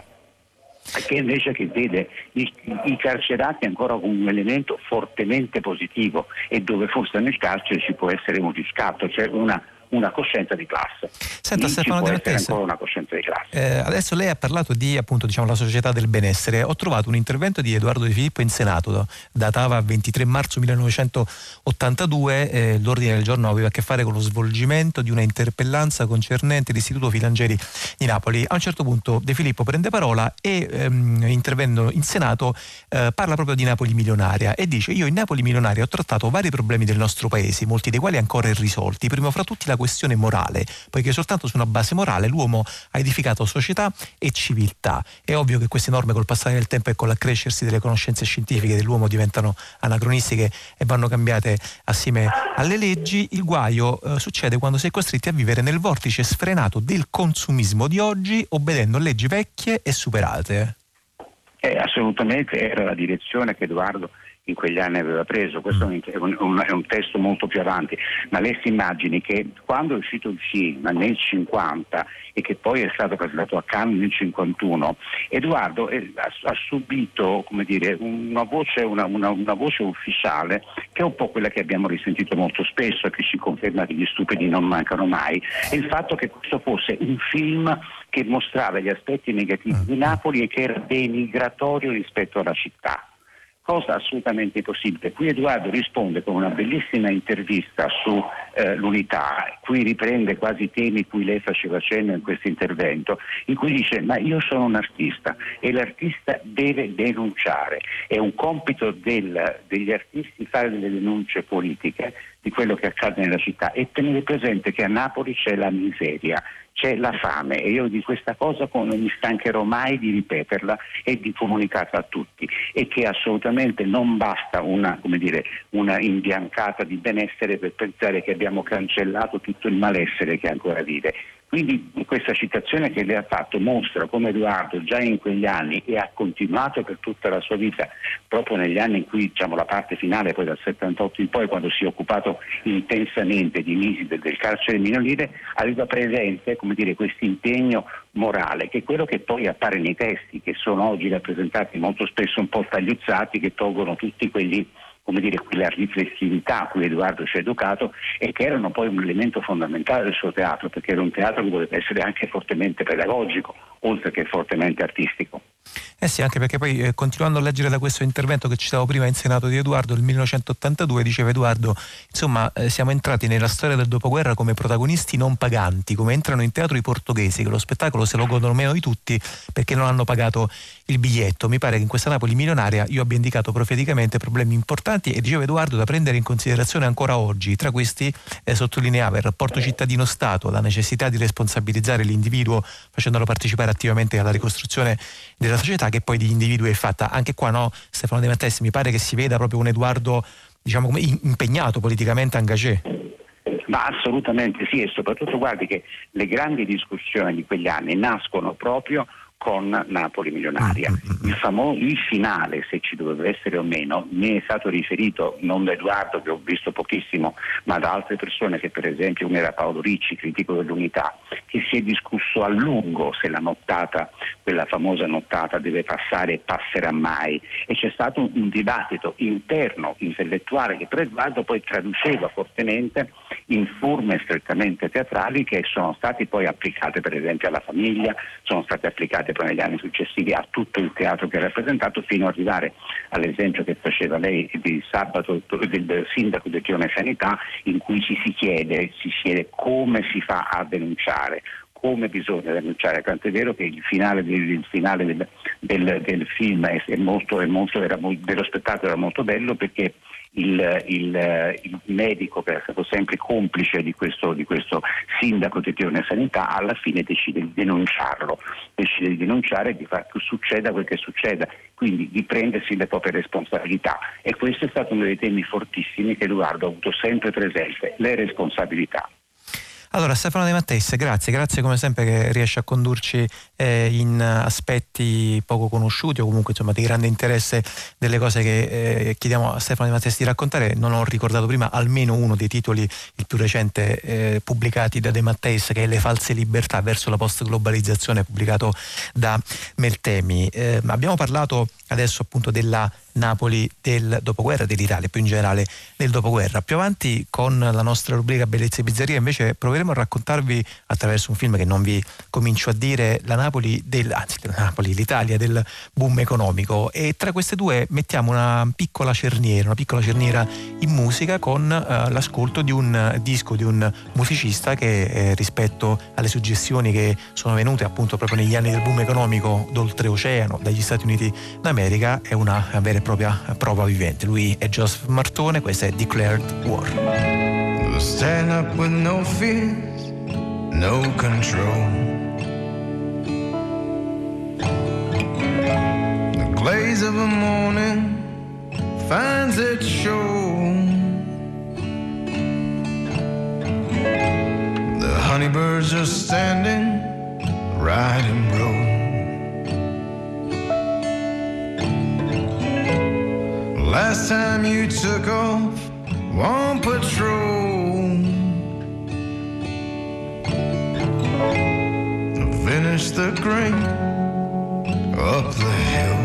sì. Che invece che vede i, i carcerati ancora come un elemento fortemente positivo, e dove forse nel carcere ci può essere un riscatto, cioè una una coscienza di classe. Senta, Lì Stefano ci può De essere Matteis, ancora una coscienza di classe. Eh, adesso lei ha parlato di, appunto, diciamo, la società del benessere. Ho trovato un intervento di Edoardo De Filippo in Senato, datava ventitré marzo millenovecentottantadue. Eh, l'ordine del giorno aveva a che fare con lo svolgimento di una interpellanza concernente l'Istituto Filangieri di Napoli. A un certo punto De Filippo prende parola e, ehm, intervenendo in Senato, eh, parla proprio di Napoli milionaria e dice: io in Napoli milionaria ho trattato vari problemi del nostro paese, molti dei quali ancora irrisolti, prima fra tutti la questione morale, poiché soltanto su una base morale l'uomo ha edificato società e civiltà. È ovvio che queste norme col passare del tempo e con l'accrescersi delle conoscenze scientifiche dell'uomo diventano anacronistiche e vanno cambiate assieme alle leggi. Il guaio eh, succede quando si è costretti a vivere nel vortice sfrenato del consumismo di oggi, obbedendo a leggi vecchie e superate. Eh, assolutamente era la direzione che Edoardo in quegli anni aveva preso. Questo è un, un, è un testo molto più avanti, ma lei si immagini che quando è uscito il film nel cinquanta e che poi è stato presentato a Cannes nel cinquantuno, Edoardo è, ha, ha subito, come dire, una voce, una, una, una voce ufficiale che è un po' quella che abbiamo risentito molto spesso e che ci conferma che gli stupidi non mancano mai, è il fatto che questo fosse un film che mostrava gli aspetti negativi di Napoli e che era denigratorio rispetto alla città. Cosa assolutamente impossibile. Qui Edoardo risponde con una bellissima intervista su eh, l'Unità, qui riprende quasi i temi cui lei faceva cenno in questo intervento, in cui dice: ma io sono un artista e l'artista deve denunciare, è un compito del, degli artisti fare delle denunce politiche di quello che accade nella città e tenere presente che a Napoli c'è la miseria, c'è la fame, e io di questa cosa non mi stancherò mai di ripeterla e di comunicarla a tutti, e che assolutamente non basta una, come dire, una imbiancata di benessere per pensare che abbiamo cancellato tutto il malessere che ancora vive. Quindi questa citazione che lei ha fatto mostra come Edoardo già in quegli anni, e ha continuato per tutta la sua vita, proprio negli anni in cui, diciamo, la parte finale, poi dal settantotto in poi, quando si è occupato intensamente di visite del carcere minorile, aveva presente, come dire, questo impegno morale, che è quello che poi appare nei testi, che sono oggi rappresentati molto spesso un po' tagliuzzati, che tolgono tutti quegli, come dire, quella riflessività a cui Edoardo ci ha educato, e che erano poi un elemento fondamentale del suo teatro, perché era un teatro che voleva essere anche fortemente pedagogico, oltre che fortemente artistico. Eh sì, anche perché poi eh, continuando a leggere da questo intervento che citavo prima in Senato di Edoardo del millenovecentottantadue, diceva Edoardo, insomma eh, siamo entrati nella storia del dopoguerra come protagonisti non paganti, come entrano in teatro i portoghesi, che lo spettacolo se lo godono meno di tutti perché non hanno pagato il biglietto. Mi pare che in questa Napoli milionaria io abbia indicato profeticamente problemi importanti, e diceva Edoardo, da prendere in considerazione ancora oggi. Tra questi eh, sottolineava il rapporto cittadino-stato, la necessità di responsabilizzare l'individuo facendolo partecipare attivamente alla ricostruzione della società, che poi di individui è fatta. Anche qua, no, Stefano De Matteis, mi pare che si veda proprio un Edoardo, diciamo, come impegnato politicamente, engagé. Ma assolutamente sì, e soprattutto guardi che le grandi discussioni di quegli anni nascono proprio con Napoli milionaria. Il, famo- il finale, se ci doveva essere o meno, mi è stato riferito non da Edoardo, che ho visto pochissimo, ma da altre persone, che per esempio uno era Paolo Ricci, critico dell'Unità, che si è discusso a lungo se la nottata, quella famosa nottata, deve passare e passerà mai, e c'è stato un, un dibattito interno, intellettuale, che per Edoardo poi traduceva fortemente in forme strettamente teatrali, che sono stati poi applicate per esempio alla famiglia, sono state applicate poi negli anni successivi a tutto il teatro che ha rappresentato, fino ad arrivare all'esempio che faceva lei di sabato del sindaco del Giorno Sanità, in cui ci si chiede, si chiede come si fa a denunciare, come bisogna denunciare, tanto è vero che il finale del, il finale del, del, del film è, è molto, è molto, era, dello spettacolo era molto bello, perché Il, il, il medico, che è stato sempre complice di questo, di questo sindaco di Tione Sanità, alla fine decide di denunciarlo, decide di denunciare e di far che succeda quel che succeda, quindi di prendersi le proprie responsabilità, e questo è stato uno dei temi fortissimi che Edoardo ha avuto sempre presente, le responsabilità. Allora, Stefano De Matteis, grazie, grazie come sempre che riesce a condurci eh, in aspetti poco conosciuti, o comunque insomma di grande interesse, delle cose che eh, chiediamo a Stefano De Matteis di raccontare. Non ho ricordato prima almeno uno dei titoli, il più recente, eh, pubblicati da De Matteis, che è Le false libertà verso la post-globalizzazione, pubblicato da Meltemi. Eh, abbiamo parlato adesso appunto della Napoli del dopoguerra, dell'Italia più in generale del dopoguerra. Più avanti, con la nostra rubrica Bellezza e Bizzarria, invece proveremo a raccontarvi, attraverso un film che non vi comincio a dire, la Napoli del, anzi la Napoli, l'Italia del boom economico, e tra queste due mettiamo una piccola cerniera, una piccola cerniera in musica, con uh, l'ascolto di un disco di un musicista che eh, rispetto alle suggestioni che sono venute appunto proprio negli anni del boom economico d'oltreoceano, dagli Stati Uniti d'America, è una vera e propria prova vivente. Lui è Joseph Martone, questa è Declared War. Stand up with no fears, no control. The glaze of a morning finds its shore. The honeybirds are standing right in row. last time you took off on patrol. Finish the grain up the hill.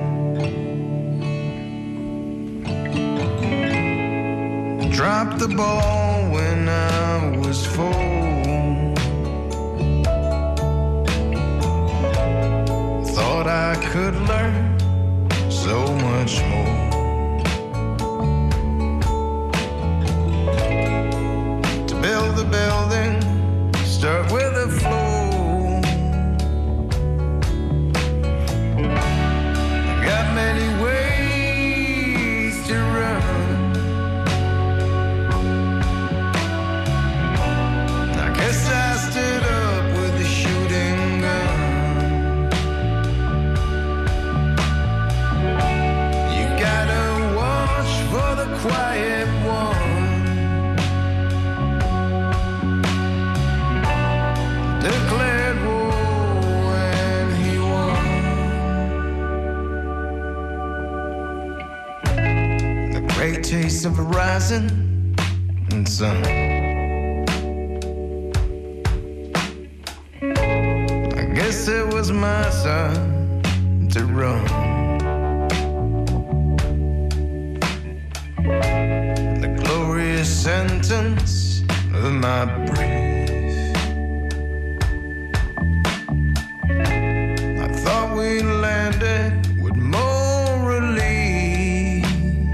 Dropped the ball when I was four. Thought I could learn so much more. To build the building, start with the floor. I got many ways to run. I guess I stood up with the shooting gun. You gotta watch for the quiet one. Declared war and he won. The great taste of a rising sun. I guess it was my time to run. The glorious sentence of my breath. I thought we landed with more relief.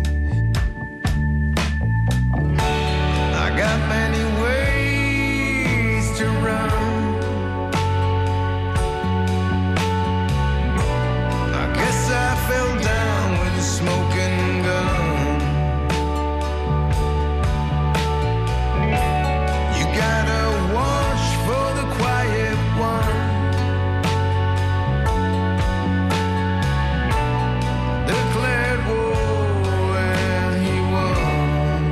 I got many ways to run. I guess I fell down with a smoking gun. You gotta watch for the quiet one. Declared war and he won.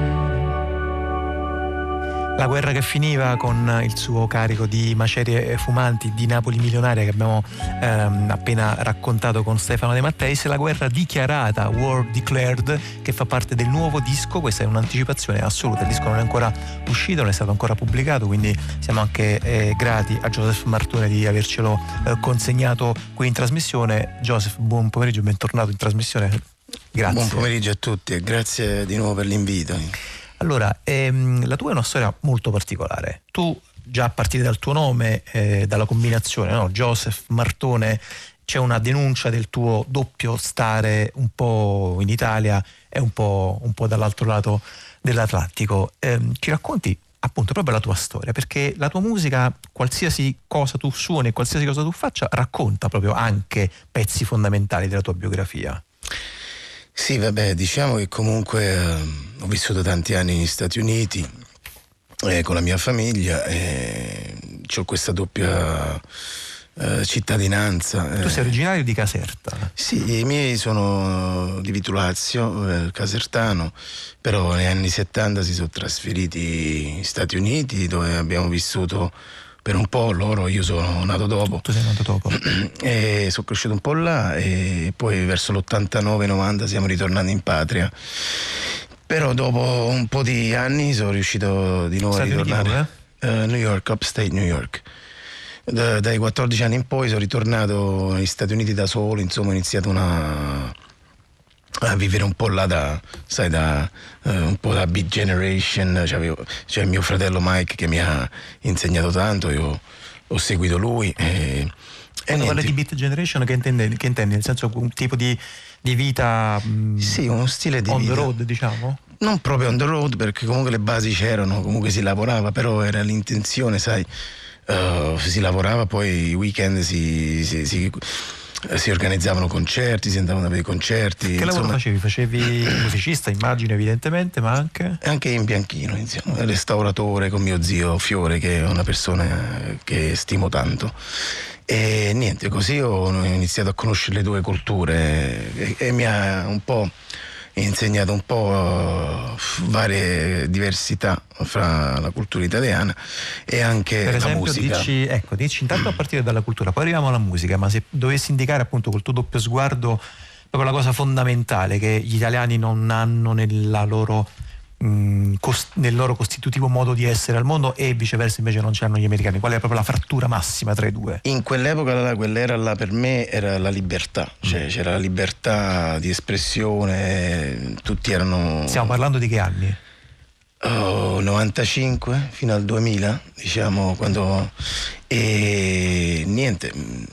La guerra che finiva con il suo carico di macerie fumanti, di Napoli milionaria che abbiamo ehm, appena raccontato con Stefano De Matteis, la guerra dichiarata, War Declared, che fa parte del nuovo disco. Questa è un'anticipazione assoluta, il disco non è ancora uscito, non è stato ancora pubblicato, quindi siamo anche eh, grati a Joseph Martone di avercelo eh, consegnato qui in trasmissione. Joseph, buon pomeriggio, bentornato in trasmissione. Grazie. Buon pomeriggio a tutti e grazie di nuovo per l'invito. Allora, ehm, la tua è una storia molto particolare. Tu, già a partire dal tuo nome, eh, dalla combinazione, no? Joseph Martone, c'è una denuncia del tuo doppio stare un po' in Italia e un po', un po' dall'altro lato dell'Atlantico. Ehm, ci racconti appunto proprio la tua storia, perché la tua musica, qualsiasi cosa tu suoni, qualsiasi cosa tu faccia, racconta proprio anche pezzi fondamentali della tua biografia. Sì, vabbè, diciamo che comunque eh, ho vissuto tanti anni negli Stati Uniti eh, con la mia famiglia e ho questa doppia eh, cittadinanza. Tu sei originario di Caserta? Sì, i miei sono di Vitulazio, eh, casertano, però negli anni settanta si sono trasferiti negli Stati Uniti dove abbiamo vissuto per un po', loro, io sono nato dopo. Tu sei nato dopo. E sono cresciuto un po' là e poi verso l'ottantanove novanta siamo ritornati in patria. Però dopo un po' di anni sono riuscito di nuovo Stati a ritornare. Uniti, uh, New York, upstate New York. Da, dai quattordici anni in poi sono ritornato negli Stati Uniti da solo, insomma ho iniziato una... a vivere un po' là da, sai, da uh, un po' da big generation. C'avevo, c'è mio fratello Mike che mi ha insegnato tanto, io ho seguito lui e, quando parli di beat generation che intendi, che intendi? Nel senso un tipo di, di vita mh, sì, uno stile di on vita the road, diciamo? Non proprio on the road, perché comunque le basi c'erano, comunque si lavorava, però era l'intenzione, sai, uh, si lavorava, poi i weekend si, si, si si organizzavano concerti, si andavano a vedere concerti. Che lavoro insomma. facevi? Facevi musicista, immagino, evidentemente, ma anche? Anche in bianchino, insomma, restauratore con mio zio Fiore, che è una persona che stimo tanto. E niente, così ho iniziato a conoscere le due culture e, e mi ha un po' insegnato un po' varie diversità fra la cultura italiana e anche per esempio, la musica. Dici, ecco, dici intanto a partire dalla cultura, poi arriviamo alla musica, ma se dovessi indicare appunto col tuo doppio sguardo proprio la cosa fondamentale che gli italiani non hanno nella loro, mh, cost- nel loro costitutivo modo di essere al mondo, e viceversa invece non ce l'hanno gli americani? Qual è proprio la frattura massima tra i due? In quell'epoca là, quell'era là per me era la libertà, cioè mm. c'era la libertà di espressione, tutti erano... Stiamo parlando di che anni? Oh, novantacinque fino al duemila, diciamo, quando... e niente,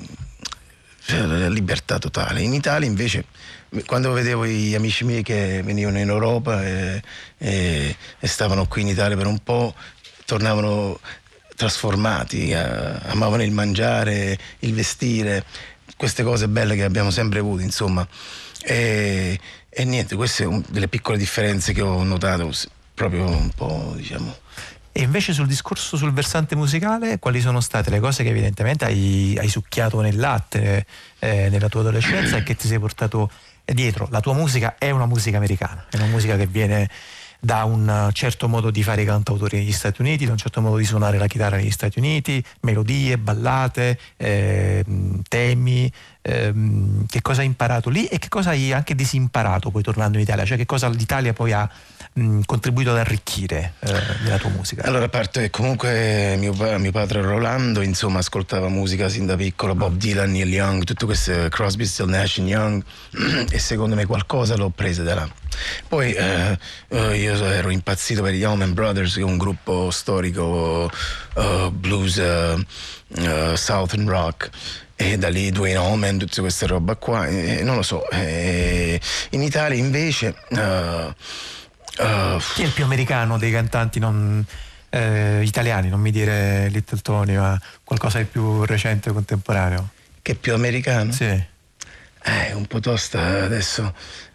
la libertà totale. In Italia invece, quando vedevo gli amici miei che venivano in Europa e, e, e stavano qui in Italia per un po', tornavano trasformati, a, amavano il mangiare, il vestire, queste cose belle che abbiamo sempre avuto, insomma. E, e niente, queste sono delle piccole differenze che ho notato, proprio un po', diciamo. E invece sul discorso sul versante musicale, quali sono state le cose che evidentemente hai, hai succhiato nel latte eh, nella tua adolescenza e che ti sei portato dietro? La tua musica è una musica americana, è una musica che viene da un certo modo di fare i cantautori negli Stati Uniti, da un certo modo di suonare la chitarra negli Stati Uniti, melodie, ballate, eh, temi. Ehm, che cosa hai imparato lì e che cosa hai anche disimparato poi tornando in Italia? Cioè che cosa l'Italia poi ha mh, contribuito ad arricchire eh, nella tua musica? Allora, a parte che comunque mio, mio padre Rolando, insomma, ascoltava musica sin da piccolo, Bob Dylan, Neil Young, tutte queste, Crosby, Still, Nash and Young, e secondo me qualcosa l'ho presa da là. Poi eh, io ero impazzito per gli Allman Brothers, che è un gruppo storico uh, blues, uh, uh, southern rock, e da lì Duane Allman, tutte queste roba qua, e, non lo so. E in Italia invece uh, uh, chi è il più americano dei cantanti non eh, italiani? Non mi dire Little Tony, ma qualcosa di più recente o contemporaneo. Che è più americano? Sì. Eh, un po' tosta adesso.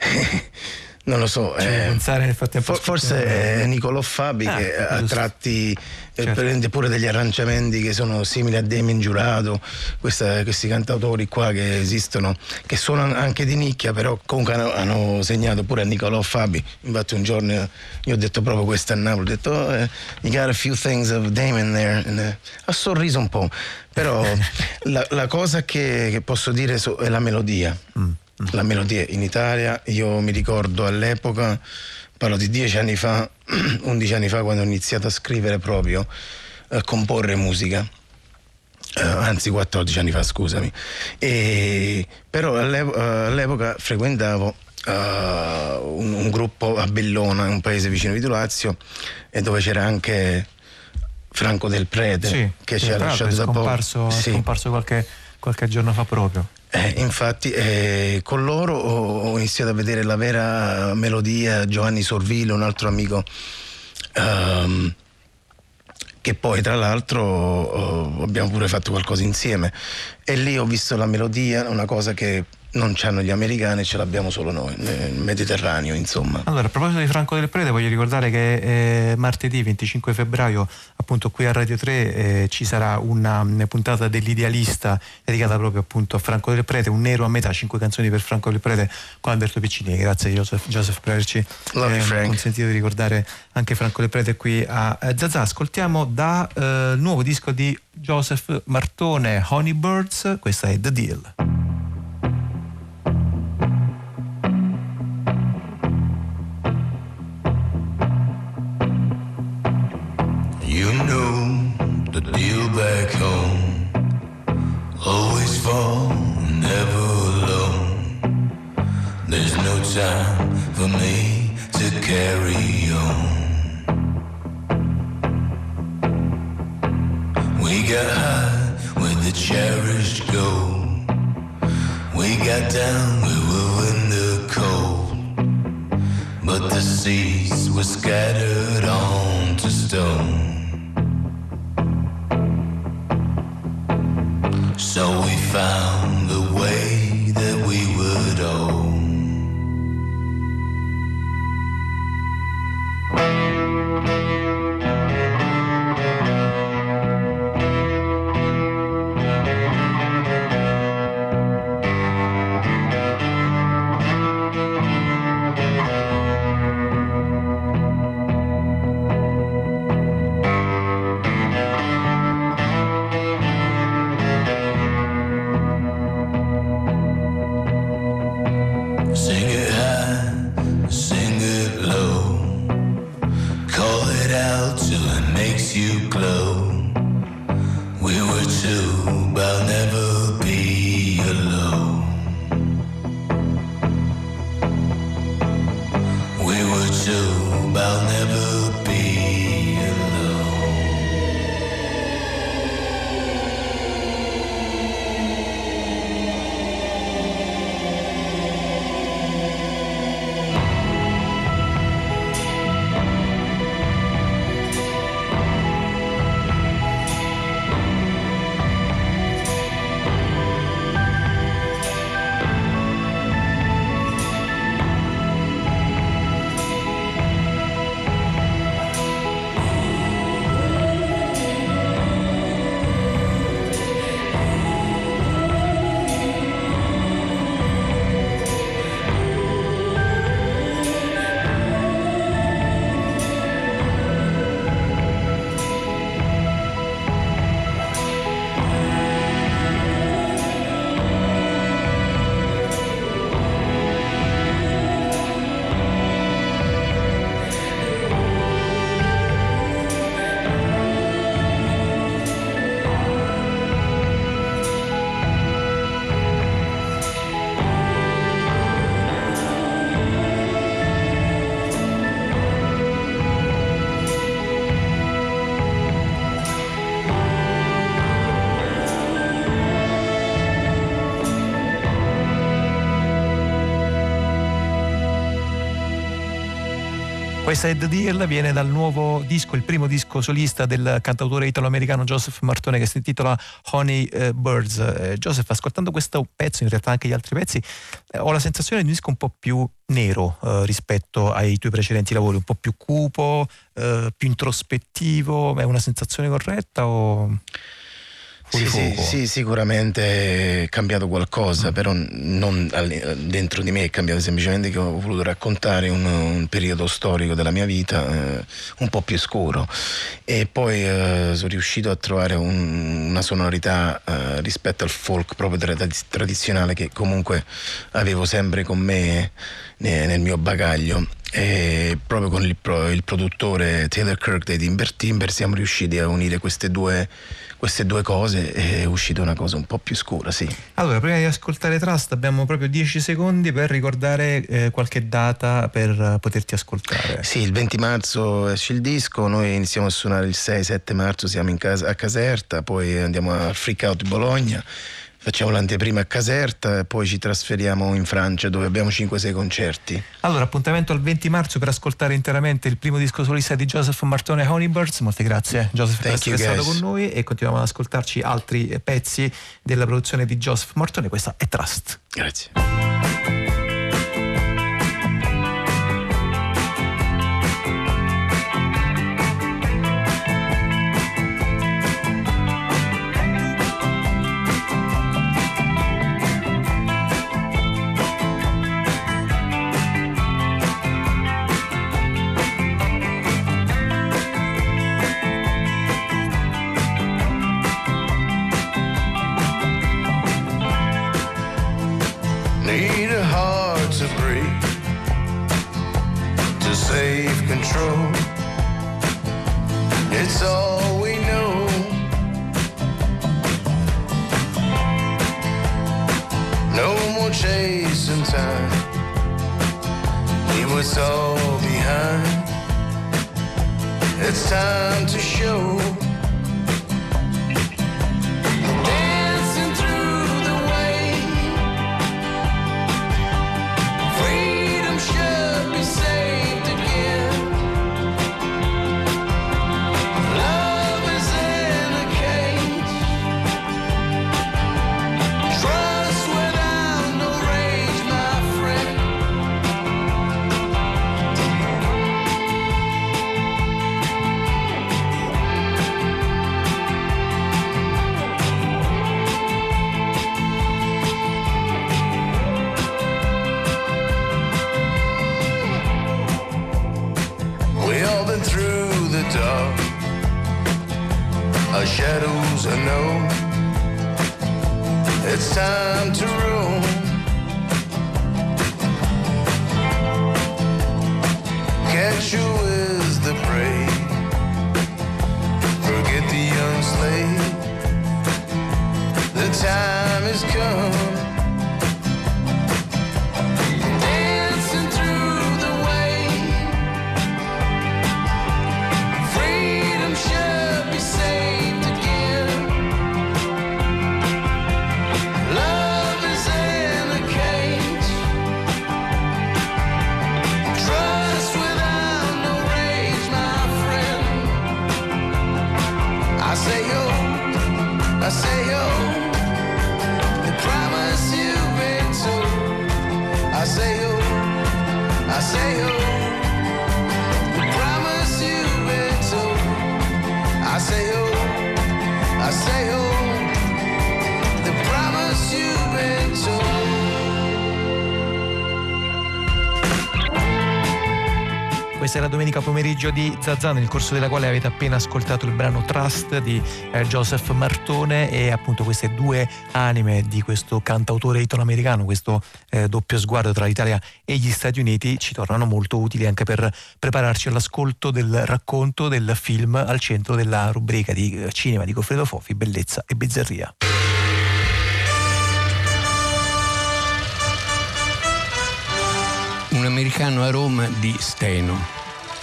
Non lo so, cioè, eh, pensare nel frattempo for, forse è Nicolò Fabi ah, che a tratti certo. prende pure degli arrangiamenti che sono simili a Damien Giurato, questa, questi cantautori qua che esistono, che suonano anche di nicchia, però comunque hanno, hanno segnato pure a Nicolò Fabi. Infatti un giorno io ho detto proprio questo a Napoli, ho detto oh, eh, you got a few things of Damien there, and, uh, ha sorriso un po', però la, la cosa che, che posso dire è la melodia. Mm. La melodia in Italia, io mi ricordo all'epoca, parlo di dieci anni fa, undici anni fa, quando ho iniziato a scrivere proprio, a comporre musica, uh, anzi quattordici anni fa, scusami, e, però all'epoca, all'epoca frequentavo uh, un, un gruppo a Bellona, un paese vicino di Lazio, e dove c'era anche Franco Del Prete, sì, che sì, ci ha lasciato da poco. Sì. È scomparso qualche, qualche giorno fa proprio. Eh, infatti eh, con loro ho, ho iniziato a vedere la vera melodia. Giovanni Sorvillo, un altro amico, um, che poi tra l'altro oh, abbiamo pure fatto qualcosa insieme, e lì ho visto la melodia, una cosa che non c'hanno gli americani, ce l'abbiamo solo noi nel Mediterraneo, insomma. Allora, a proposito di Franco Del Prete, voglio ricordare che eh, martedì venticinque febbraio, appunto qui a Radio tre, eh, ci sarà una, una puntata dell'Idealista dedicata proprio appunto a Franco Del Prete, un nero a metà, cinque canzoni per Franco Del Prete con Alberto Piccini. Grazie Joseph, Joseph per averci eh, consentito di ricordare anche Franco Del Prete qui a eh, Zazà. Ascoltiamo da eh, il nuovo disco di Joseph Martone, Honey Birds, questa è The Deal. You know the deal back home. Always fall, never alone. There's no time for me to carry on. We got high where the cherished go. We got down, we were in the cold. But the seas were scattered onto stone. So we found the way that we would own. it out till it makes you glow. We were two, but I'll never be alone. We were two, but I'll never be alone. Questa Sad Deal viene dal nuovo disco, il primo disco solista del cantautore italo-americano Joseph Martone, che si intitola Honey eh, Birds. Eh, Joseph, ascoltando questo pezzo, in realtà anche gli altri pezzi, eh, ho la sensazione di un disco un po' più nero eh, rispetto ai tuoi precedenti lavori, un po' più cupo, eh, più introspettivo. È una sensazione corretta o... Sì, sì, sì, sicuramente è cambiato qualcosa, mm. però non dentro di me è cambiato, semplicemente che ho voluto raccontare un, un periodo storico della mia vita eh, un po' più scuro, e poi eh, sono riuscito a trovare un, una sonorità eh, rispetto al folk proprio tra- tradizionale che comunque avevo sempre con me ne, nel mio bagaglio. E proprio con il, il produttore Taylor Kirk dei Timber Timber siamo riusciti a unire queste due queste due cose e è uscita una cosa un po' più scura, sì. Allora, prima di ascoltare Trust abbiamo proprio dieci secondi per ricordare eh, qualche data per uh, poterti ascoltare. Sì, il venti marzo esce il disco, noi iniziamo a suonare il sei sette marzo, siamo in casa, a Caserta, poi andiamo al Freak Out di Bologna, facciamo l'anteprima a Caserta e poi ci trasferiamo in Francia, dove abbiamo cinque sei concerti. Allora, appuntamento al venti marzo per ascoltare interamente il primo disco solista di Joseph Martone, Honey Birds. Molte grazie Joseph per essere stato con noi, e continuiamo ad ascoltarci altri pezzi della produzione di Joseph Martone. Questa è Trust. Grazie. Need a heart to break, to save control. It's all we know. No more chasing time. Leave what's all behind. It's time to show. Our shadows are known. It's time to roam. Catch you is the prey. questa è la domenica pomeriggio di Zazà, nel corso della quale avete appena ascoltato il brano Trust di eh, Joseph Martone, e appunto queste due anime di questo cantautore italoamericano, questo eh, doppio sguardo tra l'Italia e gli Stati Uniti, ci tornano molto utili anche per prepararci all'ascolto del racconto del film al centro della rubrica di cinema di Goffredo Fofi, Bellezza e Bizzarria. Un americano a Roma di Steno.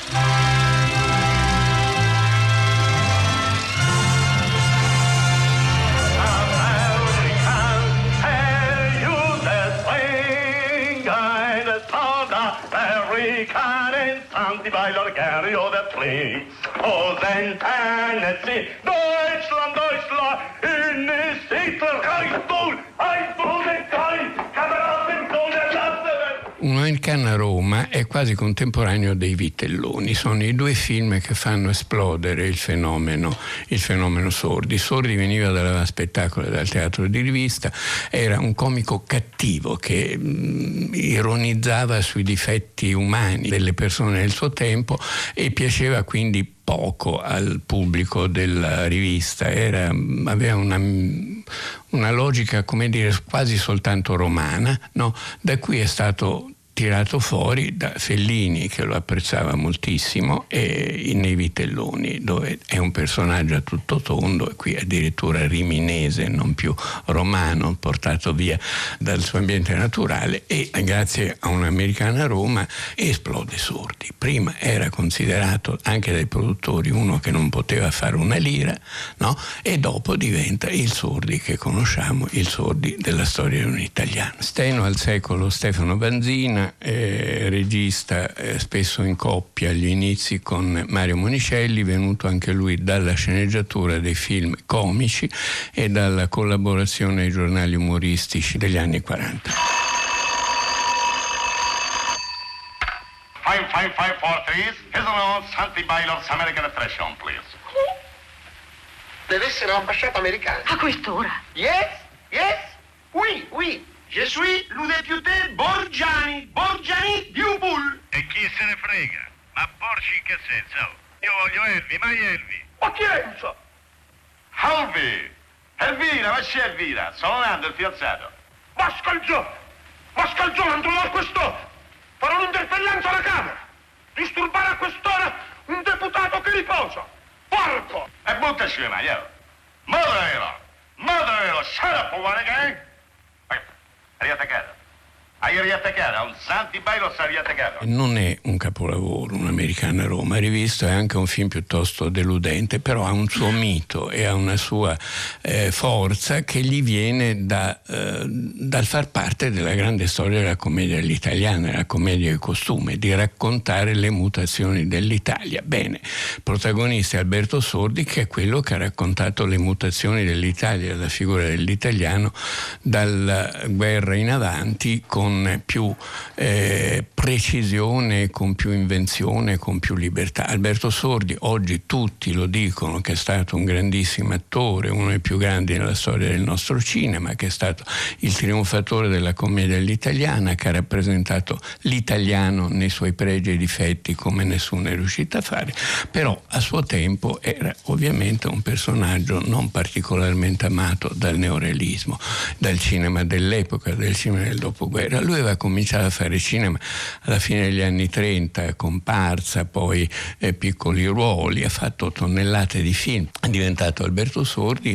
Santi bei l'orgario der Flee. Oh, then Tennessee, Deutschland, Deutschland, in is Hitler, Reichsbull, Reichsbull, den Kein, Kameraden, Sohn der Lasse. Un americano a Roma è quasi contemporaneo dei Vitelloni, sono i due film che fanno esplodere il fenomeno, il fenomeno Sordi. Sordi veniva dalla spettacolo e dal teatro di rivista, era un comico cattivo che mh, ironizzava sui difetti umani delle persone del suo tempo e piaceva quindi poco al pubblico della rivista. Era, aveva una, una logica, come dire, quasi soltanto romana, no? Da cui è stato tirato fuori da Fellini, che lo apprezzava moltissimo, e nei Vitelloni, dove è un personaggio a tutto tondo, e qui addirittura riminese, non più romano, portato via dal suo ambiente naturale, e grazie a un'americana a Roma esplode Sordi. Prima era considerato anche dai produttori uno che non poteva fare una lira, no? E dopo diventa il Sordi che conosciamo, il Sordi della storia di un italiano. Steno al secolo Stefano Vanzina, Eh, regista eh, spesso in coppia agli inizi con Mario Monicelli, venuto anche lui dalla sceneggiatura dei film comici e dalla collaborazione ai giornali umoristici degli anni quaranta. Five, five, five, four, three. Here's an Santi Bailor's American Expression, please. Deve essere l'ambasciata americana. A quest'ora? Yes, yes, oui, oui. Je suis le député Borgiani, Borgiani di Ubul. E chi se ne frega? Ma Borgi in che senso? Io voglio Elvi, mai Elvi. Ma chi è? Elvi! Elvira, ma c'è Elvira? Sono Nando, il fidanzato. Ma scalzò! Ma scalzò, andrò a quest'ora! Farò un'interpellanza alla Camera! Disturbare a quest'ora un deputato che riposa! Porco! E buttaci le mani, eh! Moderelo! Moderelo! Shut up, one again! Riattaccata. Hai riattaccata, un Santi Bailo sta riattaccata. Non è un capolavoro, un americano a Roma, rivisto, è anche un film piuttosto deludente, però ha un suo mito e ha una sua eh, forza che gli viene da, eh, dal far parte della grande storia della commedia all'italiana, della commedia di costume, di raccontare le mutazioni dell'Italia. Bene, protagonista è Alberto Sordi, che è quello che ha raccontato le mutazioni dell'Italia, la figura dell'italiano dalla guerra in avanti, con con più eh, precisione, con più invenzione, con più libertà. Alberto Sordi, oggi tutti lo dicono che è stato un grandissimo attore, uno dei più grandi nella storia del nostro cinema, che è stato il trionfatore della commedia all'italiana, che ha rappresentato l'italiano nei suoi pregi e difetti come nessuno è riuscito a fare, però a suo tempo era ovviamente un personaggio non particolarmente amato dal neorealismo, dal cinema dell'epoca, del cinema del dopoguerra. Lui aveva cominciato a fare cinema alla fine degli anni trenta, comparsa, poi eh, piccoli ruoli, ha fatto tonnellate di film, è diventato Alberto Sordi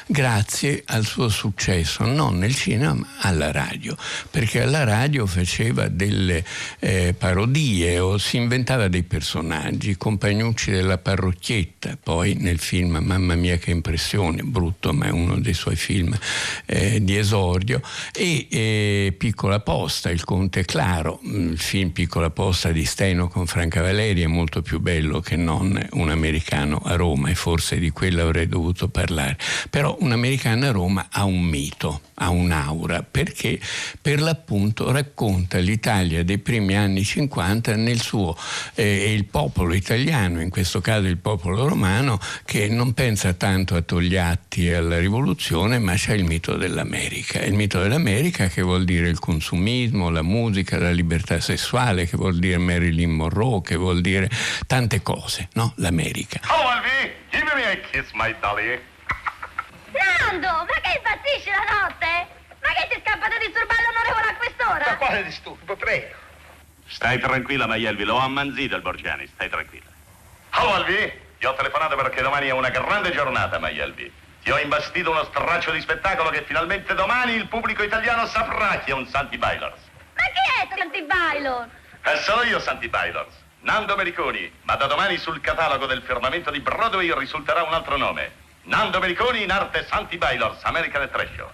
grazie al suo successo non nel cinema ma alla radio, perché alla radio faceva delle eh, parodie o si inventava dei personaggi, Compagnucci della parrocchietta, poi nel film Mamma mia che impressione, brutto ma è uno dei suoi film eh, di esordio, e eh, Piccola Posta, il Conte Claro, il film Piccola Posta di Steno con Franca Valeri è molto più bello che non Un americano a Roma, e forse di quello avrei dovuto parlare. Però Un americano a Roma ha un mito, ha un'aura, perché per l'appunto racconta l'Italia dei primi anni cinquanta nel suo eh, il popolo italiano, in questo caso il popolo romano, che non pensa tanto a Togliatti e alla rivoluzione, ma c'è il mito dell'America. Il mito dell'America che vuol dire il consumismo, l'autonomismo, la musica, la libertà sessuale, che vuol dire Marilyn Monroe, che vuol dire tante cose, no? L'America. Oh, Alvi, give me a kiss, my dolly. Nando, ma che impazzisci la notte? Ma che ti scappa di disturbare l'onorevole a quest'ora? Ma quale disturbo, prego? Stai tranquilla, Maielvi, l'ho ammanzito il Borgiani, stai tranquilla. Oh, Alvi, ti ho telefonato perché domani è una grande giornata, Maielvi. Ti ho imbastito uno straccio di spettacolo che finalmente domani il pubblico italiano saprà chi è un Santi Bailors. Ma chi è Santi Bailors? E sono io, Santi Bailors, Nando Mericoni, ma da domani sul catalogo del firmamento di Broadway risulterà un altro nome. Nando Mericoni in arte Santi Bailors, American Trash Show.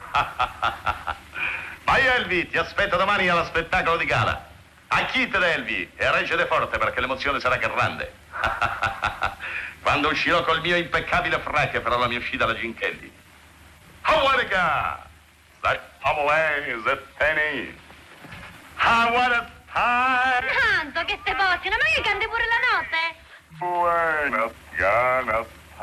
Maielvi, ti aspetto domani allo spettacolo di gala. A Kit Elvi e reggete forte perché l'emozione sarà grande. Quando uscirò col mio impeccabile frac farò la mia uscita alla Gin Kelly. Hawaii! Dai, amore, penny. Hawaii time! Tanto che te possino, ma che canti pure la notte? Buenas ganas,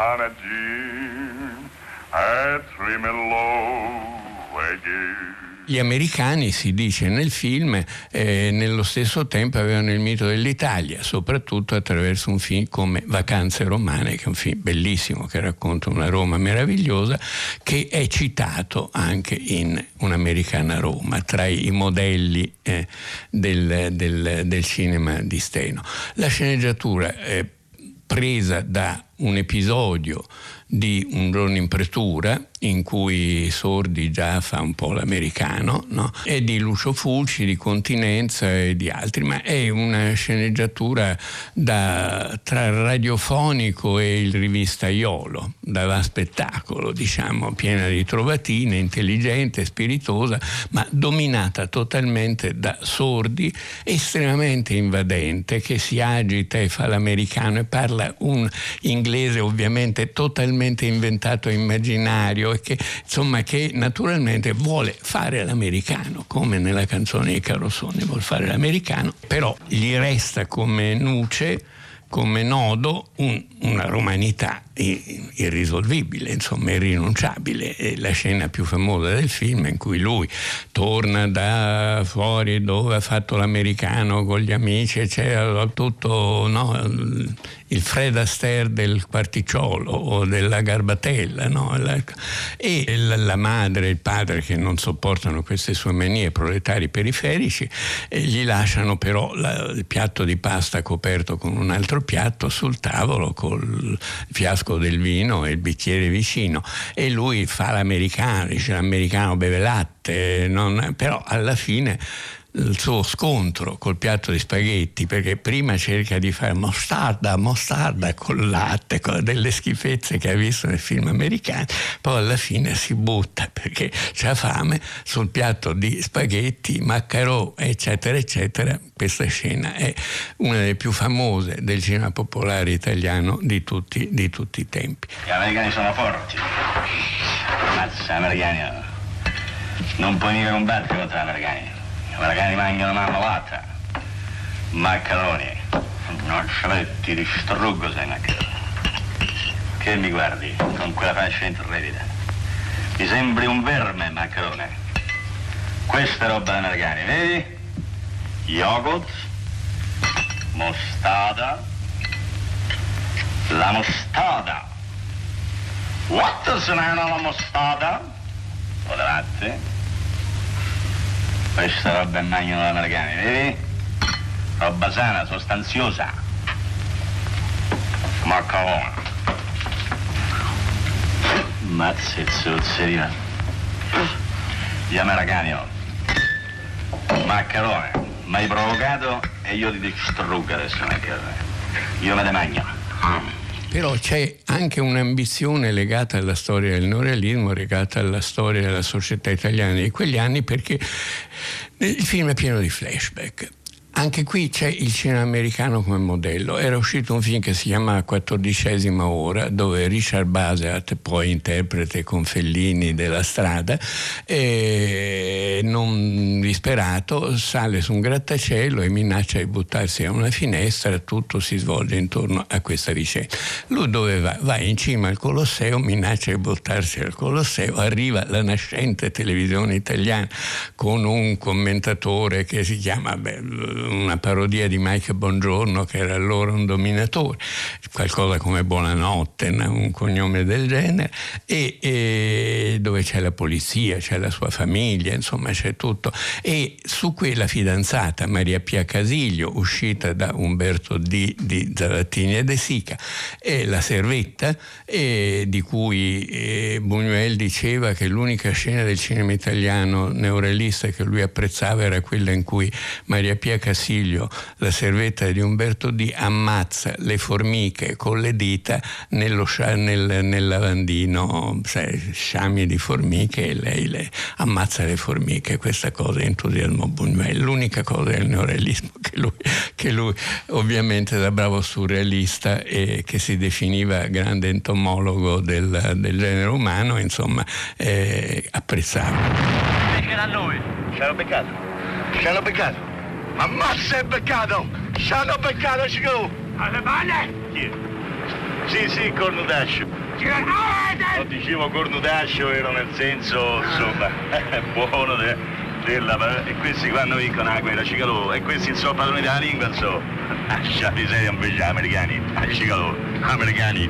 Panagin, e trimello again. Gli americani, si dice nel film, eh, nello stesso tempo avevano il mito dell'Italia, soprattutto attraverso un film come Vacanze romane, che è un film bellissimo che racconta una Roma meravigliosa, che è citato anche in Un'americana Roma, tra i modelli eh, del, del, del cinema di Steno. La sceneggiatura è presa da un episodio di Un giorno in pretura, in cui Sordi già fa un po' l'americano, no? E di Lucio Fulci, di Continenza e di altri, ma è una sceneggiatura da, tra il radiofonico e il rivistaiolo, da spettacolo, diciamo, piena di trovatine, intelligente, spiritosa, ma dominata totalmente da Sordi, estremamente invadente, che si agita e fa l'americano e parla un inglese ovviamente totalmente inventato e immaginario, e che insomma che naturalmente vuole fare l'americano, come nella canzone di Carosone vuol fare l'americano, però gli resta come nuce, come nodo, un, una romanità irrisolvibile, insomma irrinunciabile. È la scena più famosa del film, in cui lui torna da fuori dove ha fatto l'americano con gli amici e c'era tutto, no, il Fred Astaire del Quarticciolo o della Garbatella, no? E la, la madre e il padre, che non sopportano queste sue manie, proletari periferici, e gli lasciano però la, il piatto di pasta coperto con un altro piatto sul tavolo col fiasco del vino e il bicchiere vicino, e lui fa l'americano, dice l'americano beve latte, non, però alla fine il suo scontro col piatto di spaghetti, perché prima cerca di fare mostarda, mostarda col latte, con delle schifezze che ha visto nel film americano, poi alla fine si butta perché c'ha fame sul piatto di spaghetti, maccherò, eccetera eccetera. Questa scena è una delle più famose del cinema popolare italiano di tutti, di tutti i tempi. Gli americani sono forti, mazza, americani non puoi mica combattere contro gli americani. Gli americani mangiano marmolata, maccheroni, non ci metti, distruggo sei maccheroni. Che mi guardi con quella faccia intrepida? Mi sembri un verme, maccherone. Questa è roba degli americani, vedi? Yogurt, mostarda, la mostarda. What se n'è la mostarda? O di latte? Questa roba è magno degli americani, vedi? Roba sana, sostanziosa. Maccherone. Mazzi e zuzzerina. Gli americani, oh. Maccherone, mi hai provocato e io ti distruggo adesso, maccherone. Io me ne mangio. Mm. Però c'è anche un'ambizione legata alla storia del neorealismo, legata alla storia della società italiana di quegli anni, perché il film è pieno di flashback. Anche qui c'è il cinema americano come modello. Era uscito un film che si chiama Quattordicesima ora, dove Richard Basehart, poi interprete con Fellini della Strada, e non disperato sale su un grattacielo e minaccia di buttarsi da una finestra. Tutto si svolge intorno a questa vicenda. Lui dove va? Va in cima al Colosseo, minaccia di buttarsi al Colosseo, arriva la nascente televisione italiana con un commentatore che si chiama, beh, una parodia di Mike Bongiorno, che era allora un dominatore, qualcosa come Buonanotte, un cognome del genere, e, e dove c'è la polizia, c'è la sua famiglia, insomma c'è tutto. E su quella fidanzata Maria Pia Casiglio, uscita da Umberto D. di Zavattini e De Sica, e la servetta, e di cui eh, Buñuel diceva che l'unica scena del cinema italiano neorealista che lui apprezzava era quella in cui Maria Pia Casiglio, la servetta di Umberto D., ammazza le formiche con le dita nello, nel, nel lavandino, sai, sciami di formiche, e lei le ammazza le formiche. Questa cosa entusiasmò Buñuel. L'unica cosa del neorealismo che lui, che lui ovviamente da bravo surrealista e che si definiva grande entomologo del, del genere umano, insomma, eh, apprezzava. Perché da noi? Ci hanno beccato. Ci hanno beccato. Ammazza il beccato! Ci hanno beccato, Cicò! Alle balle! Chi è? Sì, sì, cornudaccio. No, dicevo cornudaccio, ero nel senso, insomma, buono de, della... E questi quando vincono la guerra, Cicalò, e questi sono padroni della lingua, insomma. Lascia miseria invece gli americani, Cicalò, americani.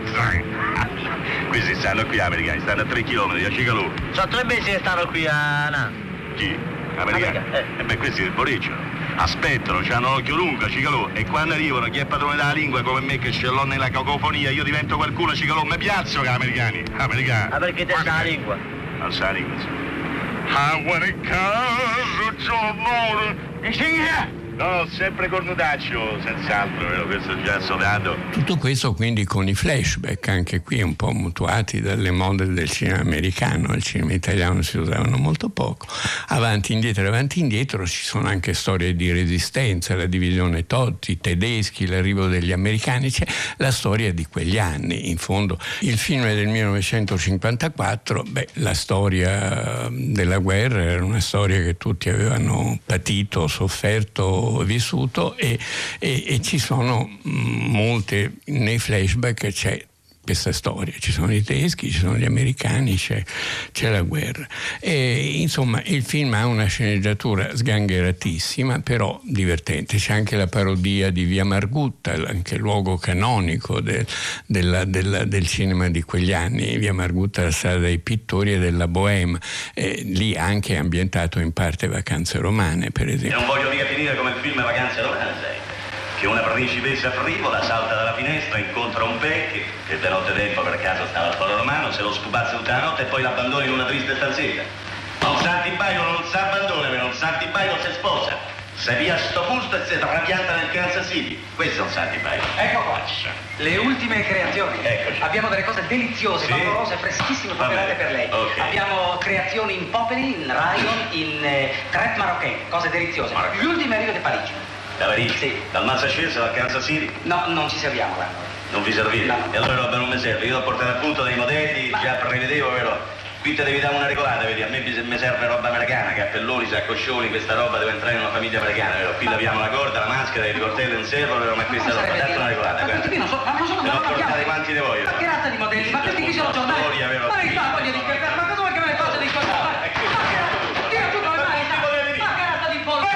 Questi stanno qui, americani, stanno a tre chilometri da Cicalò. Sono tre mesi che stanno qui a Nana. Chi? Americani? Eh. E beh, questi del Boreccio. Aspettano, c'hanno l'occhio lungo, Cicalò, e quando arrivano chi è padrone della lingua come me che ce l'ho nella cacofonia, io divento qualcuno, Cicalò, mi piazzo che americani, americani. Ma perché te sa la lingua? Non sa la lingua, sì. Ah, guarda caso, giorno, e sì, no, sempre cornudaccio, senz'altro, vero? Questo già sodato. Tutto questo quindi con i flashback, anche qui un po' mutuati dalle mode del cinema americano. Il cinema italiano si usavano molto poco. Avanti, indietro, avanti, indietro ci sono anche storie di resistenza, la divisione Totti, i tedeschi, l'arrivo degli americani, c'è la storia di quegli anni. In fondo il film è del millenovecentocinquantaquattro, beh, la storia della guerra era una storia che tutti avevano patito, sofferto, vissuto, e, e, e ci sono molte, nei flashback c'è questa storia, ci sono i tedeschi, ci sono gli americani, c'è, c'è la guerra, e insomma il film ha una sceneggiatura sgangheratissima però divertente. C'è anche la parodia di Via Margutta, anche luogo canonico del, della, della, del cinema di quegli anni. Via Margutta, la strada dei pittori e della Bohème, eh, lì anche ambientato in parte Vacanze romane, per esempio. E non voglio mica finire come il film Vacanze romane, sai, che una principessa frivola salta dalla finestra, incontra un pecche che da notte tempo per caso stava al foro romano, se lo scupazza tutta la notte e poi l'abbandona in una triste stanzetta. Ma un santibaio non si abbandona, un santibaio si sposa. Se via sto fusto e si trapianta nel Kansas City. Questo è un santibaio. Ecco qua. Le ultime creazioni. Eccoci. Abbiamo delle cose deliziose, sì, vaporose, freschissime, preparate per lei. Okay. Abbiamo creazioni in popoli, in rayon, in eh, crêpe marocaine, cose deliziose. Marocco. Gli ultimi arrivi di Parigi. Da Parigi? Sì. Dal Massachusetts al Kansas City? No, non ci serviamo là. Non vi servite? No. E allora roba non mi serve. Io ho portato a punto dei modelli, ma... già prevedevo, vero? Qui te devi dare una regolata, vedi? A me mi serve roba americana, cappelloni, saccoccioni, questa roba deve entrare in una famiglia americana, vero? Qui leviamo la corda, la maschera, il coltello in servo, vero? Ma questa roba, date una regolata, ma questi qui non sono, ma non sono, se no portate quanti di voi? Ma che razza di modelli? Ma questi qui sono giornali? Storia, vero? Ma mi fa voglia di scherzare, ma cosa vuoi che me ne faccia di incontrare? Ma che tira tu come mai? Ma che razza di pollo?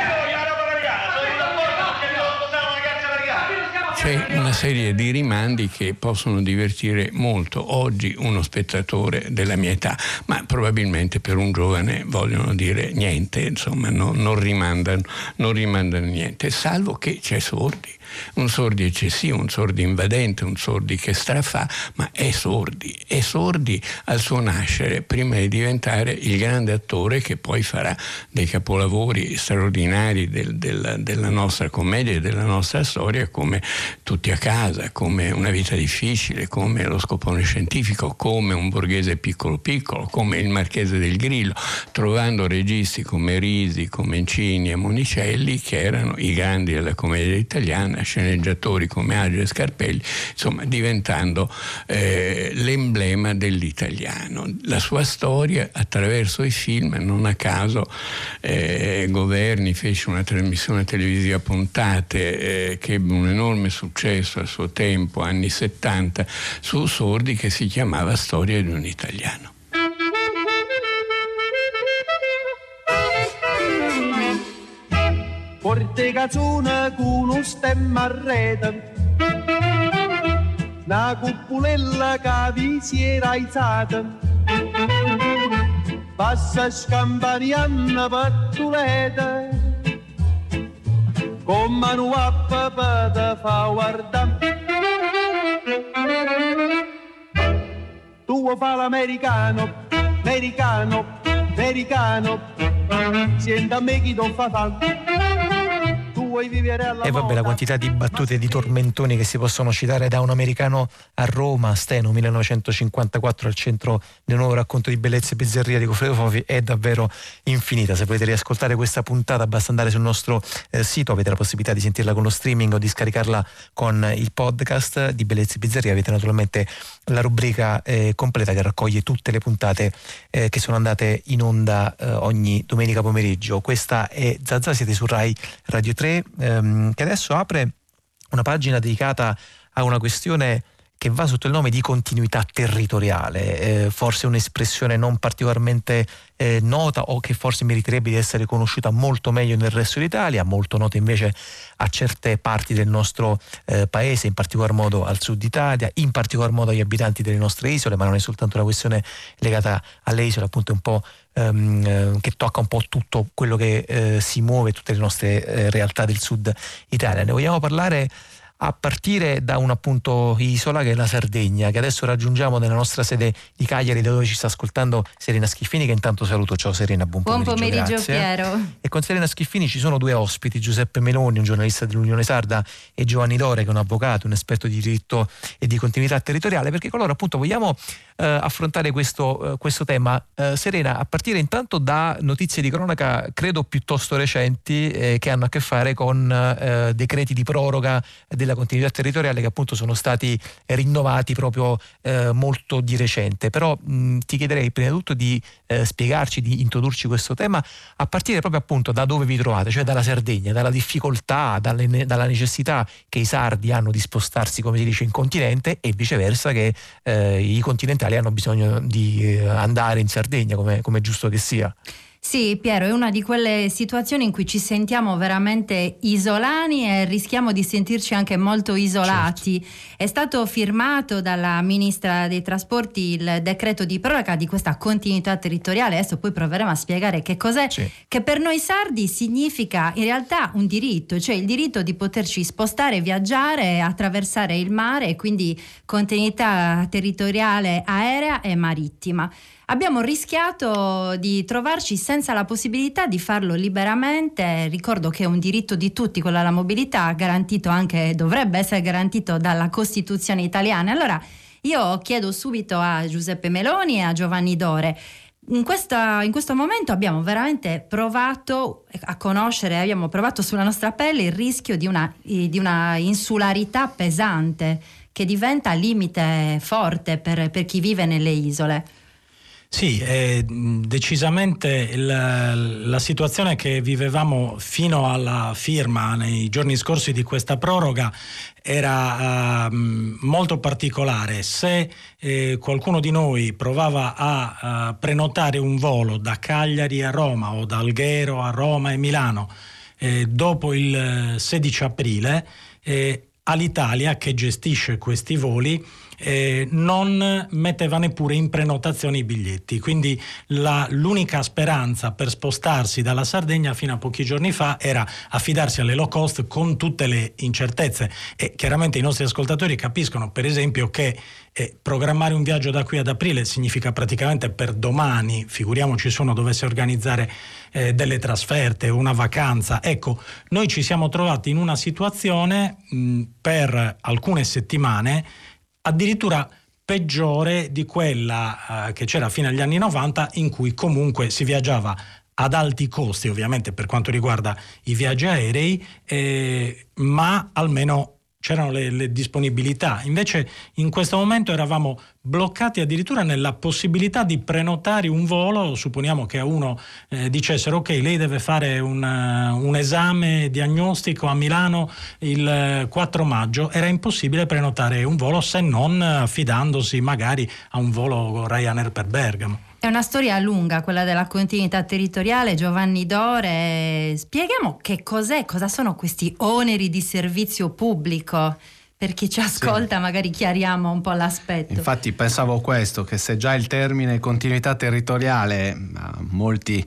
C'è una serie di rimandi che possono divertire molto oggi uno spettatore della mia età, ma probabilmente per un giovane vogliono dire niente, insomma no, non rimandano, non rimandano niente, salvo che c'è Sordi. Un Sordi eccessivo, un Sordi invadente, un Sordi che strafà, ma è Sordi, è Sordi al suo nascere, prima di diventare il grande attore che poi farà dei capolavori straordinari del, del, della nostra commedia e della nostra storia, come Tutti a casa. casa, come Una vita difficile, come Lo scopone scientifico, come Un borghese piccolo piccolo, come Il marchese del Grillo, trovando registi come Risi, Comencini e Monicelli, che erano i grandi della commedia italiana, sceneggiatori come Agio e Scarpelli, insomma diventando eh, l'emblema dell'italiano. La sua storia attraverso i film, non a caso eh, Governi fece una trasmissione televisiva a puntate eh, che ebbe un enorme successo al suo tempo, anni settanta, su Sordi, che si chiamava Storia di un italiano. Porte cazzone con un stemma a rete, una cupolella che vi si era alzata, passa scampanianna pattuleta, con mano a papà te fa guardare. Tu fa l'americano, americano, americano, sienta a me chi non fa tanto. E vabbè, la quantità di battute e di tormentoni che si possono citare, da Un americano a Roma, Steno millenovecentocinquantaquattro, al centro del nuovo racconto di bellezza e bizzarria di Goffredo Fofi, è davvero infinita. Se volete riascoltare questa puntata basta andare sul nostro eh, sito, avete la possibilità di sentirla con lo streaming o di scaricarla con il podcast di Bellezza e Bizzarria. Avete naturalmente la rubrica eh, completa che raccoglie tutte le puntate eh, che sono andate in onda eh, ogni domenica pomeriggio. Questa è Zazà, siete su Rai Radio tre, ehm, che adesso apre una pagina dedicata a una questione che va sotto il nome di continuità territoriale, eh, forse un'espressione non particolarmente eh, nota, o che forse meriterebbe di essere conosciuta molto meglio nel resto d'Italia, molto nota invece a certe parti del nostro eh, paese, in particolar modo al sud Italia, in particolar modo agli abitanti delle nostre isole, ma non è soltanto una questione legata alle isole, appunto un po' ehm, che tocca un po' tutto quello che eh, si muove, tutte le nostre eh, realtà del sud Italia. Ne vogliamo parlare a partire da un appunto isola che è la Sardegna, che adesso raggiungiamo nella nostra sede di Cagliari, da dove ci sta ascoltando Serena Schiffini, che intanto saluto. Ciao Serena, buon pomeriggio. Buon pomeriggio, grazie. Piero. E con Serena Schiffini ci sono due ospiti, Giuseppe Meloni, un giornalista dell'Unione Sarda, e Giovanni Dore, che è un avvocato, un esperto di diritto e di continuità territoriale, perché con loro appunto vogliamo eh, affrontare questo, eh, questo tema. Eh, Serena, a partire intanto da notizie di cronaca credo piuttosto recenti, eh, che hanno a che fare con eh, decreti di proroga della continuità territoriale, che appunto sono stati rinnovati proprio eh, molto di recente. Però mh, ti chiederei prima di tutto di eh, spiegarci, di introdurci questo tema a partire proprio appunto da dove vi trovate, cioè dalla Sardegna, dalla difficoltà, dalle, dalla necessità che i sardi hanno di spostarsi, come si dice, in continente, e viceversa che eh, i continentali hanno bisogno di eh, andare in Sardegna, come è giusto che sia. Sì, Piero, è una di quelle situazioni in cui ci sentiamo veramente isolani e rischiamo di sentirci anche molto isolati. Certo. È stato firmato dalla ministra dei trasporti il decreto di proroga di questa continuità territoriale. Adesso poi proveremo a spiegare che cos'è, sì. Che per noi sardi significa in realtà un diritto, cioè il diritto di poterci spostare, viaggiare, attraversare il mare, e quindi continuità territoriale aerea e marittima. Abbiamo rischiato di trovarci senza la possibilità di farlo liberamente. Ricordo che è un diritto di tutti quello alla mobilità, garantito anche, dovrebbe essere garantito dalla Costituzione italiana. Allora io chiedo subito a Giuseppe Meloni e a Giovanni Dore: in, questa, in questo momento abbiamo veramente provato a conoscere, abbiamo provato sulla nostra pelle il rischio di una, di una insularità pesante che diventa limite forte per, per chi vive nelle isole. Sì, eh, decisamente la, la situazione che vivevamo fino alla firma nei giorni scorsi di questa proroga era uh, molto particolare. Se eh, qualcuno di noi provava a, a prenotare un volo da Cagliari a Roma o da Alghero a Roma e Milano eh, dopo il sedici aprile, eh, Alitalia, che gestisce questi voli, Eh, non metteva neppure in prenotazione i biglietti, quindi la, l'unica speranza per spostarsi dalla Sardegna fino a pochi giorni fa era affidarsi alle low cost, con tutte le incertezze. E chiaramente i nostri ascoltatori capiscono, per esempio, che eh, programmare un viaggio da qui ad aprile significa praticamente per domani, figuriamoci se uno dovesse organizzare eh, delle trasferte, una vacanza. Ecco, noi ci siamo trovati in una situazione mh, per alcune settimane addirittura peggiore di quella eh, che c'era fino agli anni novanta, in cui comunque si viaggiava ad alti costi, ovviamente per quanto riguarda i viaggi aerei, eh, ma almeno c'erano le, le disponibilità. Invece in questo momento eravamo bloccati addirittura nella possibilità di prenotare un volo. Supponiamo che a uno eh, dicessero ok, lei deve fare un, uh, un esame diagnostico a Milano il quattro maggio, era impossibile prenotare un volo se non affidandosi magari a un volo Ryanair per Bergamo. È una storia lunga quella della continuità territoriale. Giovanni Dore, spieghiamo che cos'è, cosa sono questi oneri di servizio pubblico. Per chi ci ascolta, sì, magari chiariamo un po' l'aspetto. Infatti pensavo questo, che se già il termine continuità territoriale a molti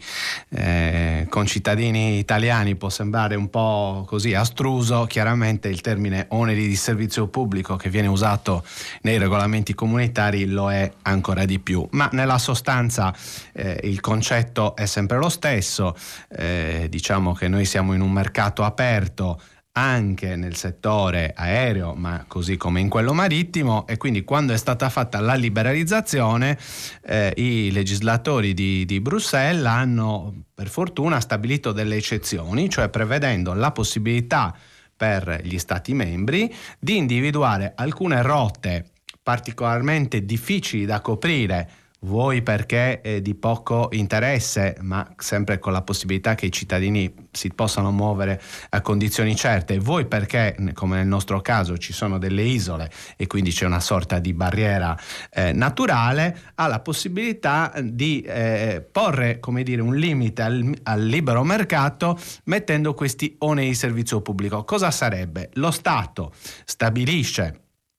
eh, concittadini italiani può sembrare un po' così astruso, chiaramente il termine oneri di servizio pubblico che viene usato nei regolamenti comunitari lo è ancora di più. Ma nella sostanza eh, il concetto è sempre lo stesso, eh, diciamo che noi siamo in un mercato aperto anche nel settore aereo, ma così come in quello marittimo, e quindi quando è stata fatta la liberalizzazione eh, i legislatori di, di Bruxelles hanno per fortuna stabilito delle eccezioni, cioè prevedendo la possibilità per gli Stati membri di individuare alcune rotte particolarmente difficili da coprire, vuoi perché è di poco interesse, ma sempre con la possibilità che i cittadini si possano muovere a condizioni certe, vuoi perché, come nel nostro caso, ci sono delle isole e quindi c'è una sorta di barriera eh, naturale, ha la possibilità di eh, porre, come dire, un limite al, al libero mercato mettendo questi oneri di servizio pubblico. Cosa sarebbe? Lo Stato stabilisce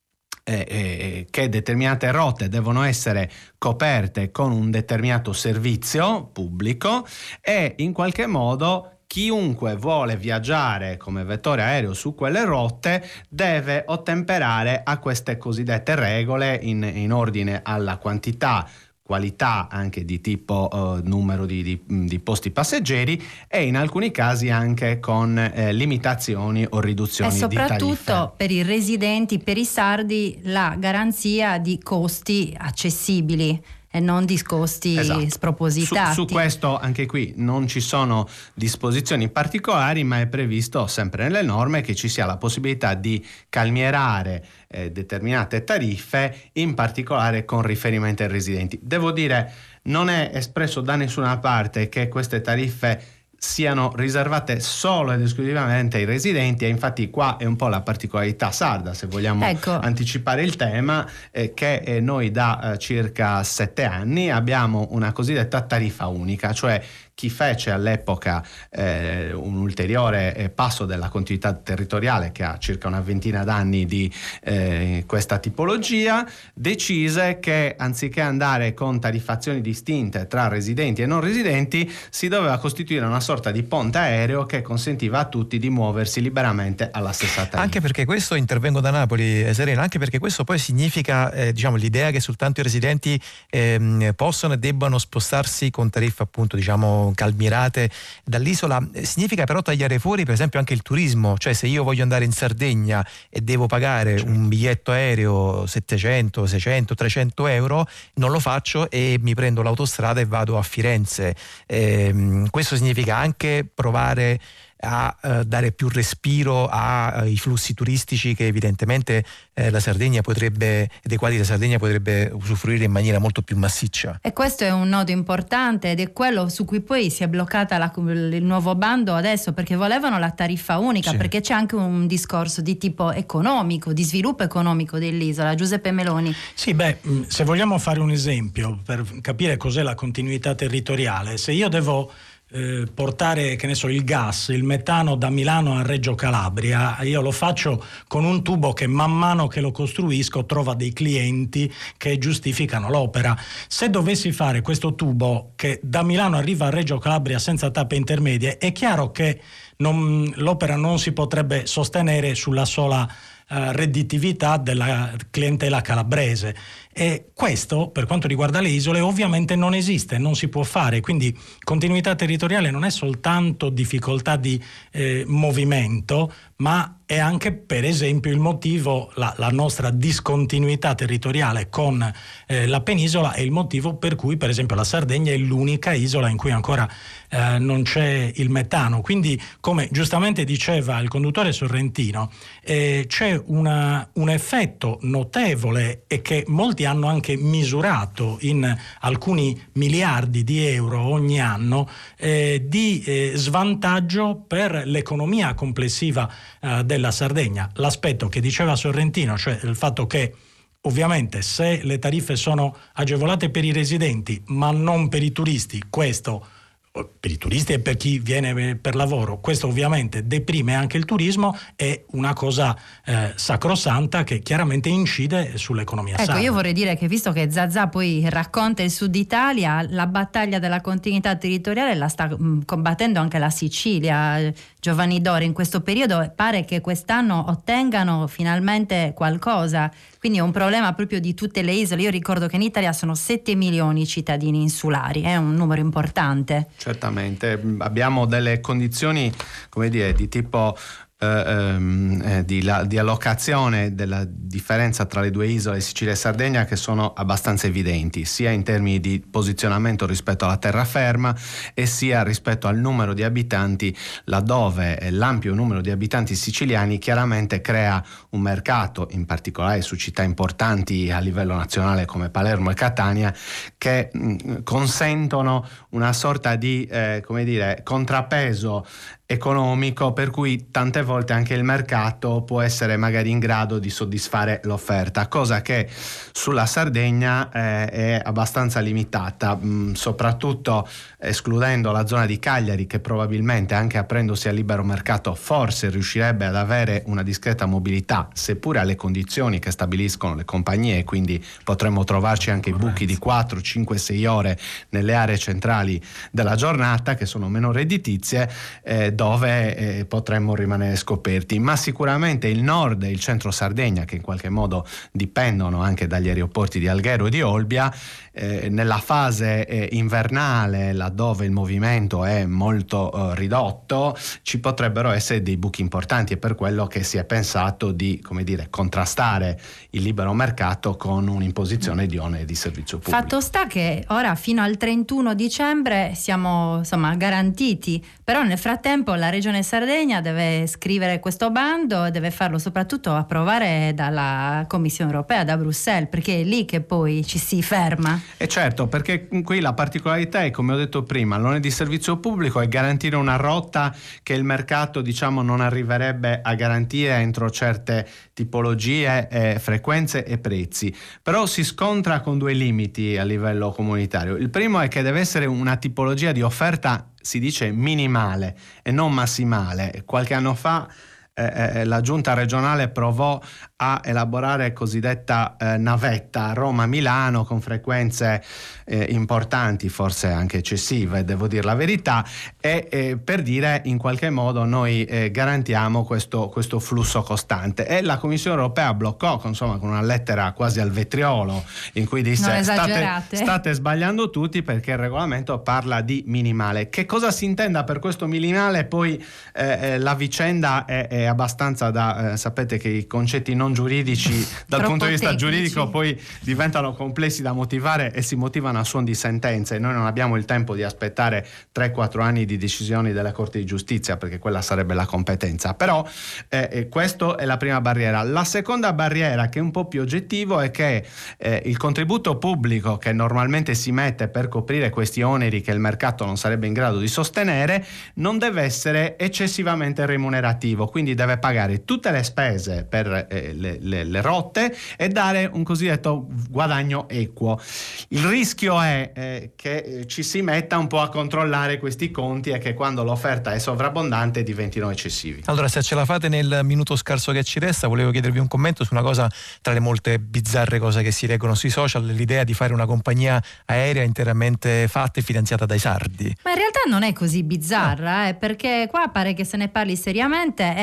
Eh, eh, che determinate rotte devono essere coperte con un determinato servizio pubblico e in qualche modo chiunque vuole viaggiare come vettore aereo su quelle rotte deve ottemperare a queste cosiddette regole in, in ordine alla quantità, qualità anche di tipo uh, numero di, di, di posti passeggeri e in alcuni casi anche con eh, limitazioni o riduzioni di tariffe. E soprattutto per i residenti, per i sardi, la garanzia di costi accessibili e non di costi esatto. spropositati. Su, su questo anche qui non ci sono disposizioni particolari, ma è previsto sempre nelle norme che ci sia la possibilità di calmierare eh, determinate tariffe, in particolare con riferimento ai residenti. Devo dire, non è espresso da nessuna parte che queste tariffe siano riservate solo ed esclusivamente ai residenti, e infatti qua è un po' la particolarità sarda, se vogliamo ecco. anticipare il tema, eh, che eh, noi da eh, circa sette anni abbiamo una cosiddetta tariffa unica, cioè chi fece all'epoca eh, un ulteriore eh, passo della continuità territoriale, che ha circa una ventina d'anni di eh, questa tipologia, decise che anziché andare con tariffazioni distinte tra residenti e non residenti, si doveva costituire una sorta di ponte aereo che consentiva a tutti di muoversi liberamente alla stessa tariffa. Anche perché questo, intervengo da Napoli, eh, Serena, anche perché questo poi significa eh, diciamo l'idea che soltanto i residenti eh, possono e debbano spostarsi con tariffe appunto diciamo calmirate dall'isola, significa però tagliare fuori per esempio anche il turismo, cioè se io voglio andare in Sardegna e devo pagare certo. un biglietto aereo settecento, seicento, trecento euro, non lo faccio e mi prendo l'autostrada e vado a Firenze. Eh, questo significa anche provare a uh, dare più respiro ai uh, flussi turistici che evidentemente eh, la Sardegna potrebbe, dei quali la Sardegna potrebbe usufruire in maniera molto più massiccia. E questo è un nodo importante ed è quello su cui poi si è bloccata la, il nuovo bando adesso, perché volevano la tariffa unica, sì. perché c'è anche un discorso di tipo economico, di sviluppo economico dell'isola. Giuseppe Meloni. Sì, beh, se vogliamo fare un esempio per capire cos'è la continuità territoriale, se io devo Eh, portare, che ne so, il gas, il metano da Milano a Reggio Calabria, io lo faccio con un tubo che man mano che lo costruisco trova dei clienti che giustificano l'opera. Se dovessi fare questo tubo che da Milano arriva a Reggio Calabria senza tappe intermedie, è chiaro che non, l'opera non si potrebbe sostenere sulla sola eh, redditività della clientela calabrese. E questo, per quanto riguarda le isole, ovviamente non esiste, non si può fare, quindi continuità territoriale non è soltanto difficoltà di eh, movimento, ma è anche, per esempio, il motivo, la, la nostra discontinuità territoriale con eh, la penisola è il motivo per cui, per esempio, la Sardegna è l'unica isola in cui ancora eh, non c'è il metano. Quindi, come giustamente diceva il conduttore sorrentino, eh, c'è una, un effetto notevole e che molti hanno anche misurato in alcuni miliardi di euro ogni anno eh, di eh, svantaggio per l'economia complessiva eh, della Sardegna. L'aspetto che diceva Sorrentino, cioè il fatto che ovviamente se le tariffe sono agevolate per i residenti ma non per i turisti, questo per i turisti e per chi viene per lavoro, questo ovviamente deprime anche il turismo, è una cosa eh, sacrosanta che chiaramente incide sull'economia ecco, sarda. Io vorrei dire che visto che Zazà poi racconta il Sud Italia, la battaglia della continuità territoriale la sta mh, combattendo anche la Sicilia. Giovanni Dore, in questo periodo pare che quest'anno ottengano finalmente qualcosa, quindi è un problema proprio di tutte le isole. Io ricordo che in Italia sono sette milioni i cittadini insulari, è un numero importante. Certamente, abbiamo delle condizioni, come dire, di tipo eh, di, la, di allocazione della differenza tra le due isole, Sicilia e Sardegna, che sono abbastanza evidenti, sia in termini di posizionamento rispetto alla terraferma e sia rispetto al numero di abitanti, laddove l'ampio numero di abitanti siciliani chiaramente crea un mercato, in particolare su città importanti a livello nazionale come Palermo e Catania, che mh, consentono una sorta di eh, come dire, contrappeso economico, per cui tante volte anche il mercato può essere magari in grado di soddisfare l'offerta, cosa che sulla Sardegna eh, è abbastanza limitata, mh, soprattutto escludendo la zona di Cagliari, che probabilmente anche aprendosi al libero mercato forse riuscirebbe ad avere una discreta mobilità, seppure alle condizioni che stabiliscono le compagnie, quindi potremmo trovarci anche i buchi di quattro, cinque, sei ore nelle aree centrali della giornata, che sono meno redditizie, eh, dove eh, potremmo rimanere scoperti. Ma sicuramente il nord e il centro Sardegna, che in qualche modo dipendono anche dagli aeroporti di Alghero e di Olbia, eh, nella fase eh, invernale, laddove il movimento è molto eh, ridotto, ci potrebbero essere dei buchi importanti, e per quello che si è pensato di, come dire, contrastare il libero mercato con un'imposizione di oneri di servizio pubblico. Fatto sta che ora fino al trentuno dicembre siamo insomma garantiti, però nel frattempo la Regione Sardegna deve scrivere questo bando e deve farlo soprattutto approvare dalla Commissione Europea, da Bruxelles, perché è lì che poi ci si ferma. E certo, perché qui la particolarità è, come ho detto prima, l'onere di servizio pubblico è garantire una rotta che il mercato, diciamo, non arriverebbe a garantire entro certe tipologie, eh, frequenze e prezzi, però si scontra con due limiti a livello comunitario. Il primo è che deve essere una tipologia di offerta, si dice minimale e non massimale. Qualche anno fa eh, eh, la giunta regionale provò a elaborare cosiddetta eh, navetta Roma-Milano con frequenze eh, importanti, forse anche eccessive, devo dire la verità, e eh, per dire in qualche modo noi eh, garantiamo questo, questo flusso costante, e la Commissione Europea bloccò, insomma, con una lettera quasi al vetriolo in cui disse state, state sbagliando tutti, perché il regolamento parla di minimale. Che cosa si intenda per questo minimale? Poi eh, la vicenda è, è abbastanza da eh, sapete che i concetti non giuridici dal punto di vista tecnici. giuridico poi diventano complessi da motivare e si motivano a suon di sentenze. Noi non abbiamo il tempo di aspettare tre quattro anni di decisioni della Corte di Giustizia, perché quella sarebbe la competenza. Però eh, questa è la prima barriera. La seconda barriera, che è un po' più oggettivo, è che eh, il contributo pubblico che normalmente si mette per coprire questi oneri che il mercato non sarebbe in grado di sostenere non deve essere eccessivamente remunerativo, quindi deve pagare tutte le spese per eh, le, le, le rotte e dare un cosiddetto guadagno equo. Il rischio è eh, che ci si metta un po' a controllare questi conti e che quando l'offerta è sovrabbondante diventino eccessivi. Allora, se ce la fate nel minuto scarso che ci resta, volevo chiedervi un commento su una cosa tra le molte bizzarre cose che si leggono sui social, l'idea di fare una compagnia aerea interamente fatta e finanziata dai sardi. Ma in realtà non è così bizzarra, no. eh, perché qua pare che se ne parli seriamente e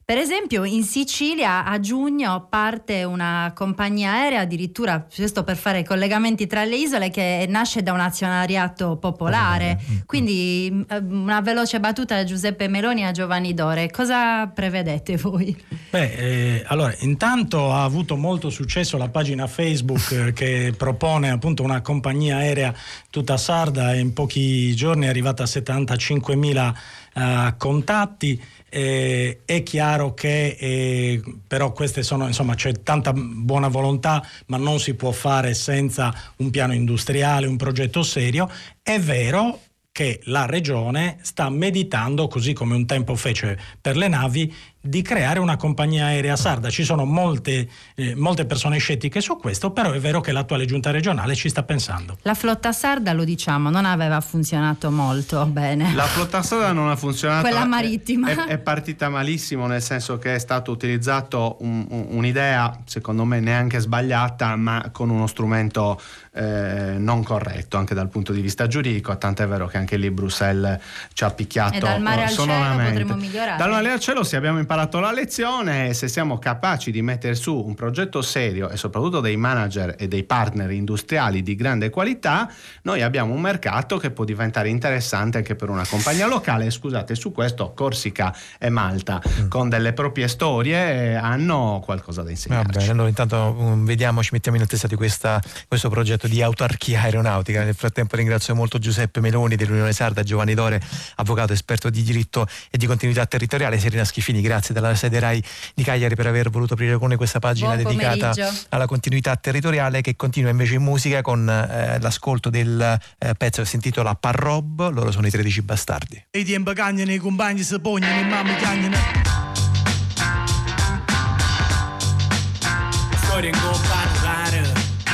Per esempio in Sicilia a giugno parte una compagnia aerea, addirittura questo per fare collegamenti tra le isole, che nasce da un azionariato popolare, quindi una veloce battuta da Giuseppe Meloni a Giovanni Dore. Cosa prevedete voi? Beh, eh, allora intanto ha avuto molto successo la pagina Facebook eh, che propone appunto una compagnia aerea tutta sarda, e in pochi giorni è arrivata a settantacinquemila eh, contatti. Eh, è chiaro che eh, però queste sono, insomma, c'è tanta buona volontà, ma non si può fare senza un piano industriale, un progetto serio. È vero che la regione sta meditando, così come un tempo fece per le navi, di creare una compagnia aerea sarda. Ci sono molte, eh, molte persone scettiche su questo, però è vero che l'attuale giunta regionale ci sta pensando. La flotta sarda, lo diciamo, non aveva funzionato molto bene. La flotta sarda non ha funzionato. Quella marittima. È, è partita malissimo, nel senso che è stato utilizzato un, un, un'idea, secondo me neanche sbagliata, ma con uno strumento eh, non corretto anche dal punto di vista giuridico, tant'è vero che anche lì Bruxelles ci ha picchiato. E dal mare al cielo potremo migliorare. Dal mare al cielo, se abbiamo imparato la lezione, e se siamo capaci di mettere su un progetto serio e soprattutto dei manager e dei partner industriali di grande qualità, noi abbiamo un mercato che può diventare interessante anche per una compagnia locale. Scusate, su questo Corsica e Malta mm. con delle proprie storie hanno qualcosa da insegnarci. Va bene, allora intanto um, vediamo, ci mettiamo in attesa di questa, questo progetto di autarchia aeronautica. Nel frattempo ringrazio molto Giuseppe Meloni dell'Unione Sarda, Giovanni Dore, avvocato esperto di diritto e di continuità territoriale, Serena Schifini, grazie dalla sede Rai di Cagliari per aver voluto aprire con noi questa pagina Buon dedicata pomeriggio. alla continuità territoriale, che continua invece in musica con eh, l'ascolto del eh, pezzo che si intitola Parrob. Loro sono i tredici bastardi. E ti imbacagnano i compagni, si pognano i mamma chiagnano. Storia in compagni,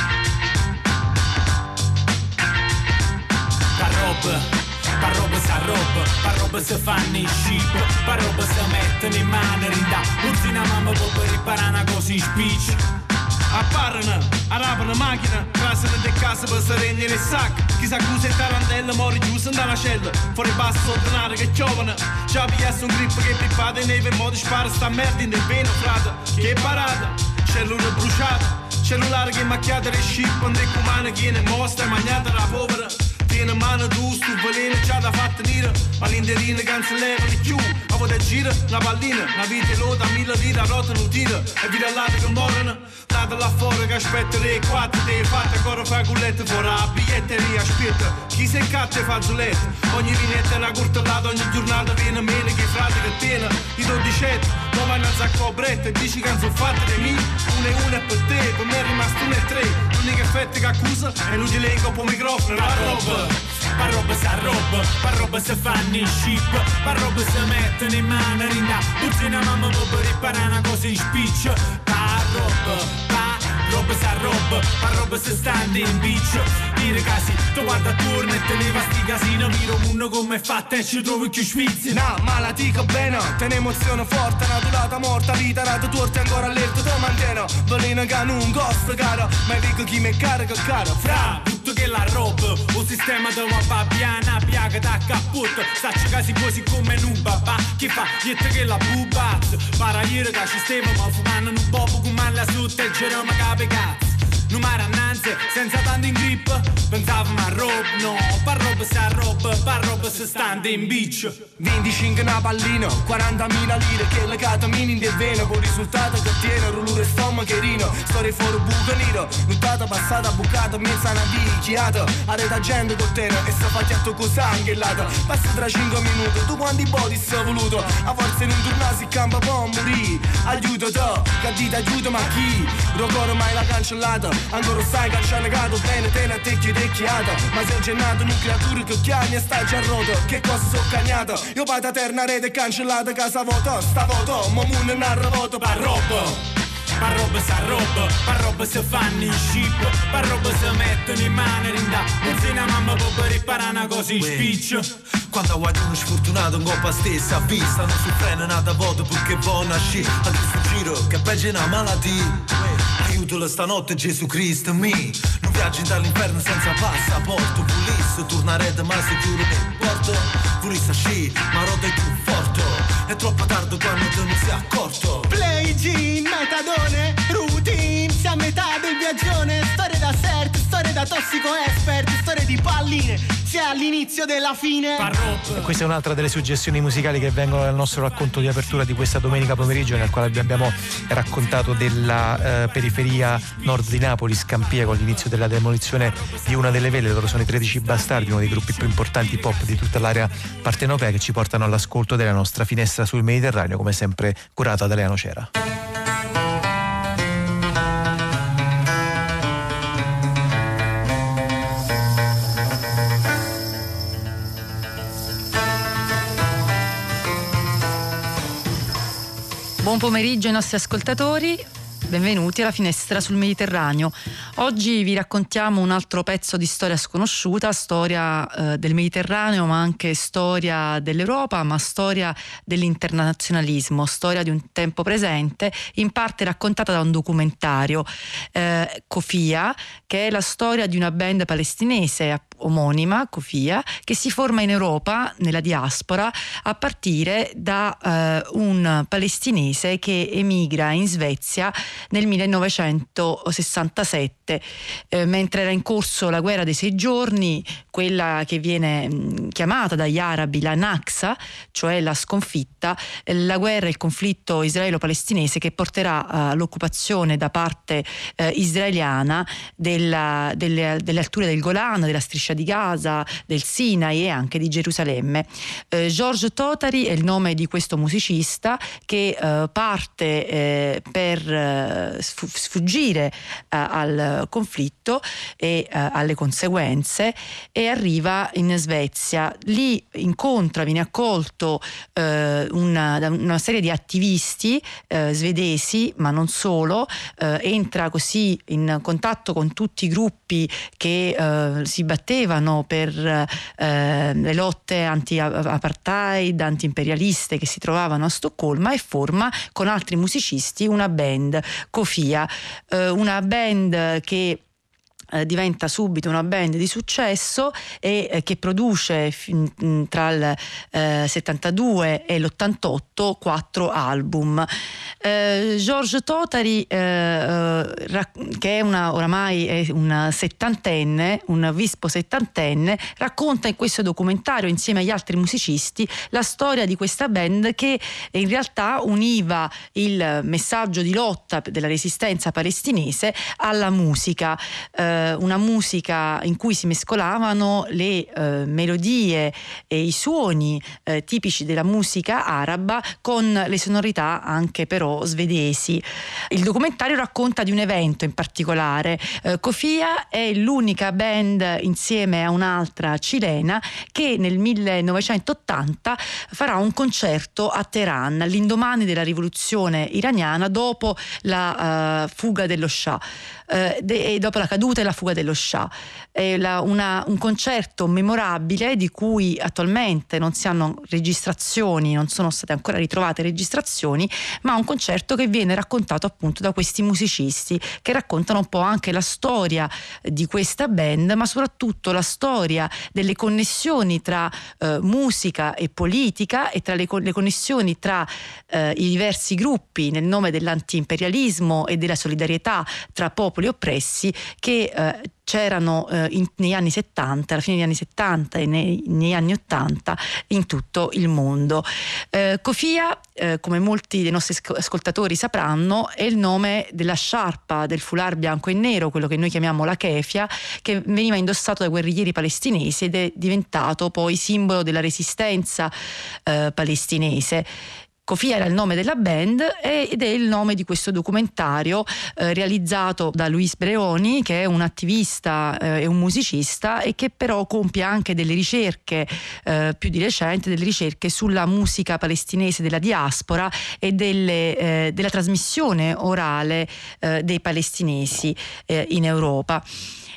Parrob. Parroba si arroba, parroba si fanno in scip, parroba si mettono in mano, rinda, uzzina mamma può riparare una cosa in spiccia. Apparano, arrabano macchina, trasano de casa per si regnere il sacco. Chissà cosa è tarantella, mori giusto nella cella. Fuori basso sottonato che giovane, già pigliasse un grip che pripate, neve in modo spara sta merda in del veno, frate. Che parata, cellula bruciata, cellulare che macchiata del scip, un decumano che ne mostra, magnata la povera. Tiene mano tu, stu veleno già da fatta nera, ma l'interina cancelleva di più. A volte gira una pallina, una vita lota, mille lire a rota non tira, e vita all'altra che morono. Data là fuori che aspetta le quattro, te fatta ancora fa cullette fuori a biglietteria, aspetta. Chi se catta fa zulette, ogni vinetta è una cortellata, ogni giornata viene meno che i frati che tiene. I dodicetti, non vanno a zacco bretta e dici che non sono fatte di me. Una e una è per te, per me è rimasto uno e tre. L'unica effetto che accusa è l'utile in copo microfono, la roba. Parroba si arroba, parroba si fanno in scip, parroba si mettono in mano, rinda, puzzina mamma può riparare una cosa in spiccia. Parroba, parroba si arroba, parroba si stanno in beach. I ragazzi, tu guarda attorno e te leva sti casino, miro uno come è fatta e ci trovi più svizi. No, ma la dico bene, te un'emozione forte, una durata morta, vita, rata torta ancora allerta, te mantiene. Veleno che non costa caro, ma dico chi mi carica caro, fra. Che la roba, un sistema dove va piana, piaga da caput, sacci casi così come un babà, chi fa, niente che la bubat, para ieri da sistema, ma fumano un po' come la sutta e giro ma capi cazzo. Numero annanzi, senza tanto in grip, pensavo ma rob, no, parroba si arroba, parroba si stando in beach. venticinque una pallina, quarantamila lire, che le catamine in del veno, con risultato che tiene, rullure stomacherino, storie fuori buco nero, nottata passata, bucata, mezza una picchiata, areta gente con te, e sta facciato così anche l'altra, passa tra cinque minuti, tu quanti body sei voluto, a forza non tornassi in campo può morire, aiuto te, che dite aiuto ma chi, ricordo mai la cancellata, ancora stai cancellato bene, te ne tecchi tecchiata, ma sei gennato una creatura che chiami e stai già roto, che cosa so cagnata, io vado a terna rete cancellata, casa voto, sta voto, ma non narra voto, parroba. Parroba si arroba, parroba si fanno in scip, parroba si mettono in mano, rinda, puzzina mamma può riparare una cosa in spiccia. Quando vuoi uno sfortunato in coppa stessa, a vista, non si frena nata voto perché vuoi nascere, a questo giro che peggio è una malattia. Aiutalo stanotte Gesù Cristo mi, non viaggio dall'inferno senza passaporto, volesse tornare da ma sicuro nel porto, volesse sci, ma roda e tu trasporto. È troppo tardi quando te non sei accorto. Play, gin, metadone, routine, sei a metà del viaggione. Storie da cert, storie da tossico expert, storie di palline, sei all'inizio della fine. E questa è un'altra delle suggestioni musicali che vengono dal nostro racconto di apertura di questa domenica pomeriggio, nel quale abbiamo raccontato della eh, periferia nord di Napoli, Scampia, con l'inizio della demolizione di una delle vele. Loro sono i tredici Bastardi, uno dei gruppi più importanti pop di tutta l'area partenopea, che ci portano all'ascolto della nostra finestra sul Mediterraneo, come sempre curata da Lea Nocera. Buon pomeriggio ai nostri ascoltatori, benvenuti alla finestra sul Mediterraneo. Oggi vi raccontiamo un altro pezzo di storia sconosciuta, storia eh, del Mediterraneo, ma anche storia dell'Europa, ma storia dell'internazionalismo, storia di un tempo presente, in parte raccontata da un documentario, eh, Kofia, che è la storia di una band palestinese omonima, Kofia, che si forma in Europa, nella diaspora, a partire da eh, un palestinese che emigra in Svezia nel millenovecentosessantasette, eh, mentre era in corso la guerra dei sei giorni, quella che viene mh, chiamata dagli arabi la Naksa, cioè la sconfitta, eh, la guerra e il conflitto israelo-palestinese che porterà uh, all'occupazione da parte eh, israeliana della, delle, delle alture del Golan, della striscia di Gaza, del Sinai e anche di Gerusalemme. Eh, Georges Totari è il nome di questo musicista che eh, parte eh, per eh, sfuggire eh, al conflitto e eh, alle conseguenze, e arriva in Svezia. Lì incontra, viene accolto eh, una, una serie di attivisti eh, svedesi, ma non solo, eh, entra così in contatto con tutti i gruppi che eh, si battevano per eh, le lotte anti-apartheid, anti-imperialiste che si trovavano a Stoccolma, e forma con altri musicisti una band, Kofia, eh, una band che Eh, diventa subito una band di successo e eh, che produce fin, mh, tra il eh, settantadue e l'ottantotto quattro album. Eh, Georges Totari, eh, eh, rac- che è una, oramai è un settantenne, un vispo settantenne, racconta in questo documentario insieme agli altri musicisti la storia di questa band che in realtà univa il messaggio di lotta della resistenza palestinese alla musica. Eh, una musica in cui si mescolavano le eh, melodie e i suoni eh, tipici della musica araba con le sonorità anche però svedesi. Il documentario racconta di un evento in particolare. eh, Kofia è l'unica band, insieme a un'altra cilena, che nel millenovecentottanta farà un concerto a Teheran all'indomani della rivoluzione iraniana, dopo la uh, fuga dello Shah. Eh, de, dopo la caduta e la fuga dello Shah. È la, una, un concerto memorabile di cui attualmente non si hanno registrazioni, non sono state ancora ritrovate registrazioni, ma un concerto che viene raccontato appunto da questi musicisti, che raccontano un po' anche la storia di questa band, ma soprattutto la storia delle connessioni tra eh, musica e politica, e tra le, le connessioni tra eh, i diversi gruppi nel nome dell'antiimperialismo e della solidarietà tra popoli oppressi che eh, c'erano eh, in, negli anni settanta, alla fine degli anni settanta e nei, negli anni ottanta in tutto il mondo. Eh, Kofia, eh, come molti dei nostri ascoltatori sapranno, è il nome della sciarpa, del foulard bianco e nero, quello che noi chiamiamo la kefia, che veniva indossato dai guerriglieri palestinesi ed è diventato poi simbolo della resistenza eh, palestinese. Kofia era il nome della band ed è il nome di questo documentario eh, realizzato da Luis Breoni, che è un attivista eh, e un musicista, e che però compie anche delle ricerche eh, più di recente, delle ricerche sulla musica palestinese della diaspora e delle, eh, della trasmissione orale eh, dei palestinesi eh, in Europa.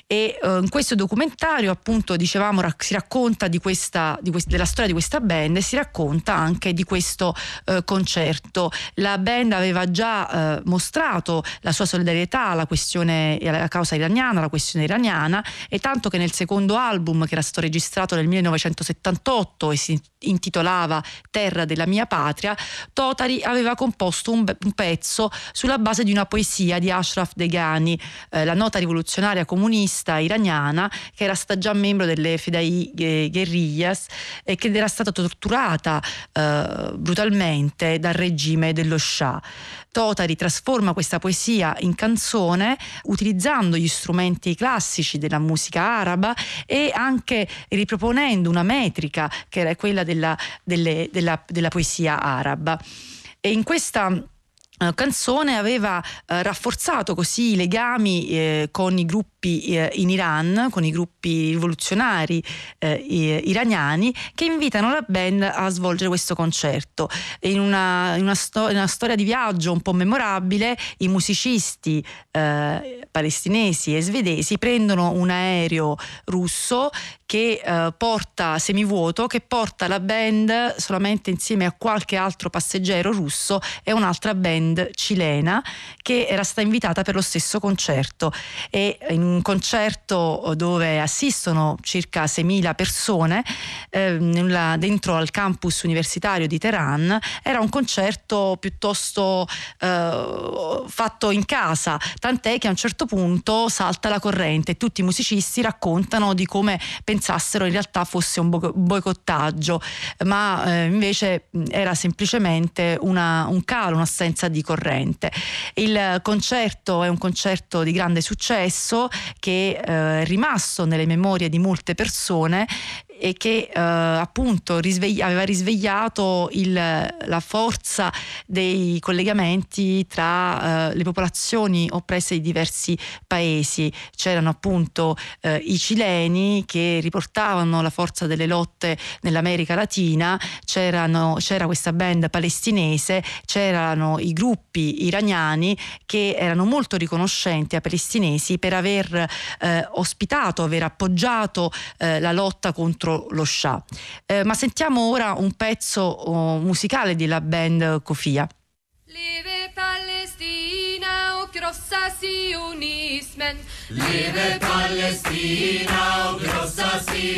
E uh, in questo documentario, appunto, dicevamo, rac- si racconta di questa, di quest- della storia di questa band, e si racconta anche di questo uh, concerto. La band aveva già uh, mostrato la sua solidarietà alla questione, alla causa iraniana, alla questione iraniana, e tanto che nel secondo album, che era stato registrato nel millenovecentosettantotto e si intitolava Terra della mia patria, Totari aveva composto un, be- un pezzo sulla base di una poesia di Ashraf Degani, eh, la nota rivoluzionaria comunista iraniana, che era stata già membro delle Fedai Guerrillas e che era stata torturata eh, brutalmente dal regime dello Shah. Totari trasforma questa poesia in canzone utilizzando gli strumenti classici della musica araba e anche riproponendo una metrica che era quella della, delle, della, della poesia araba. E in questa canzone aveva eh, rafforzato così i legami eh, con i gruppi eh, in Iran, con i gruppi rivoluzionari eh, iraniani, che invitano la band a svolgere questo concerto. In una, in una, sto- in una storia di viaggio un po' memorabile, i musicisti eh, palestinesi e svedesi prendono un aereo russo che eh, porta semivuoto, che porta la band solamente insieme a qualche altro passeggero russo e un'altra band cilena che era stata invitata per lo stesso concerto. E in un concerto dove assistono circa seimila persone eh, nella, dentro al campus universitario di Teheran, era un concerto piuttosto eh, fatto in casa, tant'è che a un certo punto salta la corrente e tutti i musicisti raccontano di come pensassero in realtà fosse un bo- boicottaggio, ma eh, invece era semplicemente una, un calo, un'assenza di corrente. Il concerto è un concerto di grande successo che eh, è rimasto nelle memorie di molte persone e che eh, appunto risvegli- aveva risvegliato il, la forza dei collegamenti tra eh, le popolazioni oppresse di diversi paesi. C'erano appunto eh, i cileni che riportavano la forza delle lotte nell'America Latina, c'erano, c'era questa band palestinese, c'erano i gruppi iraniani che erano molto riconoscenti ai palestinesi per aver eh, ospitato, aver appoggiato eh, la lotta contro lo Shah. Eh, ma sentiamo ora un pezzo oh, musicale della band Kofia. Leve Palestina och krossa sionismen. Leve Palestina och krossa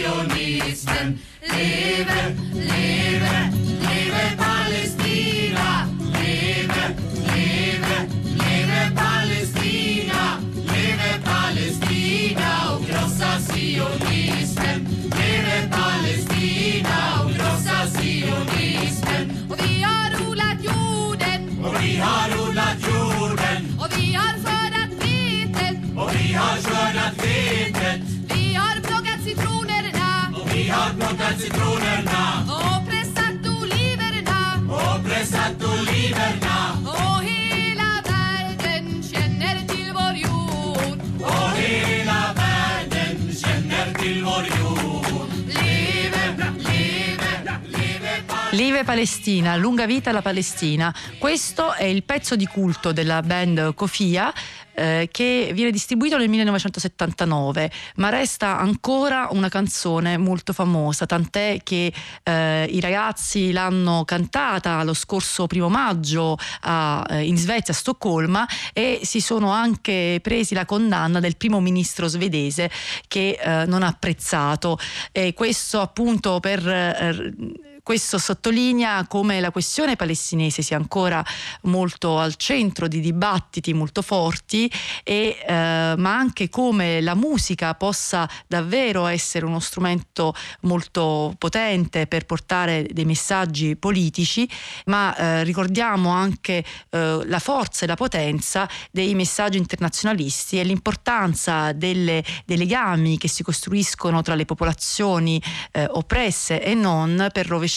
sionismen. Leve, leve, leve Palestina. Leve, leve, leve Palestina. Leve Palestina och krossa sionismen. Leve Palestina och krossa sionismen. Och vi har odlat jorden. Och vi har odlat jorden. Och vi har skördat vetet. Och vi har skördat vetet. Vi har plockat citronerna. Och vi har plockat citronerna. Och pressat oliverna. Och pressat oliverna. Och hela världen känner till vår jord. Och hela världen känner till vår jord. Leve, leve, leve Live Palestina, lunga vita alla Palestina. Questo è il pezzo di culto della band Kofia, eh, che viene distribuito nel millenovecentosettantanove, ma resta ancora una canzone molto famosa, tant'è che eh, i ragazzi l'hanno cantata lo scorso primo maggio a, eh, in Svezia, a Stoccolma, e si sono anche presi la condanna del primo ministro svedese che eh, non ha apprezzato. E questo appunto per eh, Questo sottolinea come la questione palestinese sia ancora molto al centro di dibattiti molto forti, e, eh, ma anche come la musica possa davvero essere uno strumento molto potente per portare dei messaggi politici, ma eh, ricordiamo anche eh, la forza e la potenza dei messaggi internazionalisti e l'importanza delle, dei legami che si costruiscono tra le popolazioni eh, oppresse e non, per rovesciare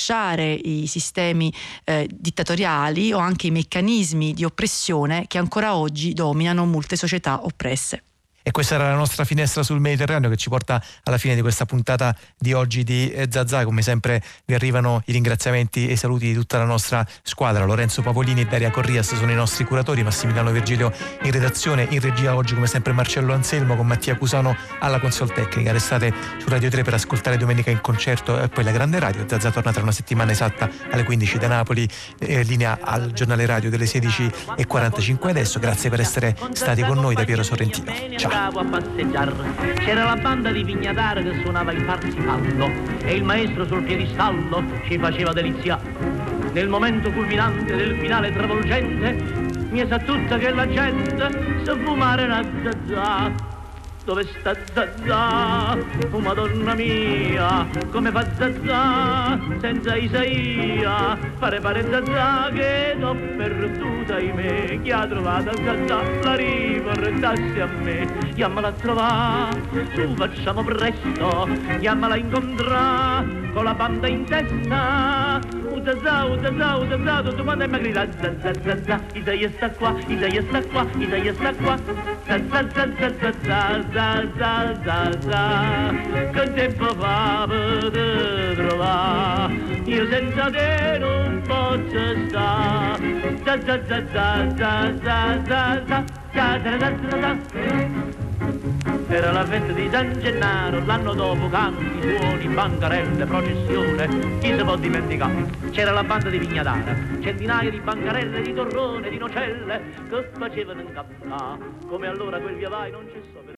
i sistemi eh, dittatoriali o anche i meccanismi di oppressione che ancora oggi dominano molte società oppresse. E questa era la nostra finestra sul Mediterraneo che ci porta alla fine di questa puntata di oggi di Zazà. Come sempre vi arrivano i ringraziamenti e i saluti di tutta la nostra squadra. Lorenzo Pavolini e Daria Corrias sono i nostri curatori, Massimiliano Virgilio in redazione, in regia oggi come sempre Marcello Anselmo con Mattia Cusano alla console tecnica. Restate su Radio tre per ascoltare Domenica in Concerto e poi la Grande Radio. Zazà torna tra una settimana esatta alle quindici da Napoli, eh, linea al giornale radio delle sedici e quarantacinque. Adesso grazie per essere stati con noi da Piero Sorrentino. Ciao. A passeggiare. C'era la banda di Vignadara che suonava il Parsifallo e il maestro sul piedistallo ci faceva delizia. Nel momento culminante del finale travolgente mi sa tutta che la gente sa fumare una zazà. Dove sta Zazà? Oh Madonna mia, come fa Zazà senza Isaia? Pare pare Zazà che l'ho perduta, ahimè. Chi ha trovato Zazà la riportassi a me. Chiamala a trovare, su facciamo presto. Chiamala a incontrare con la banda in testa. Oh Zazà, oh Zazà, oh Zazà, tutto quanto è mi grida Zazà, Zazà, Isaia sta qua, Isaia sta qua, Isaia sta qua. Zazà, Zazà, Zazà, za za za za, che tempo fa per trovare, io senza te non posso stare, za za za za za za za za za za za za. Era la festa di San Gennaro, l'anno dopo canti, suoni, bancarelle, processione, chi si può dimenticare? C'era la banda di Vignadara, centinaia di bancarelle, di torrone, di nocelle, che facevano incantare, come allora quel via vai non cessò.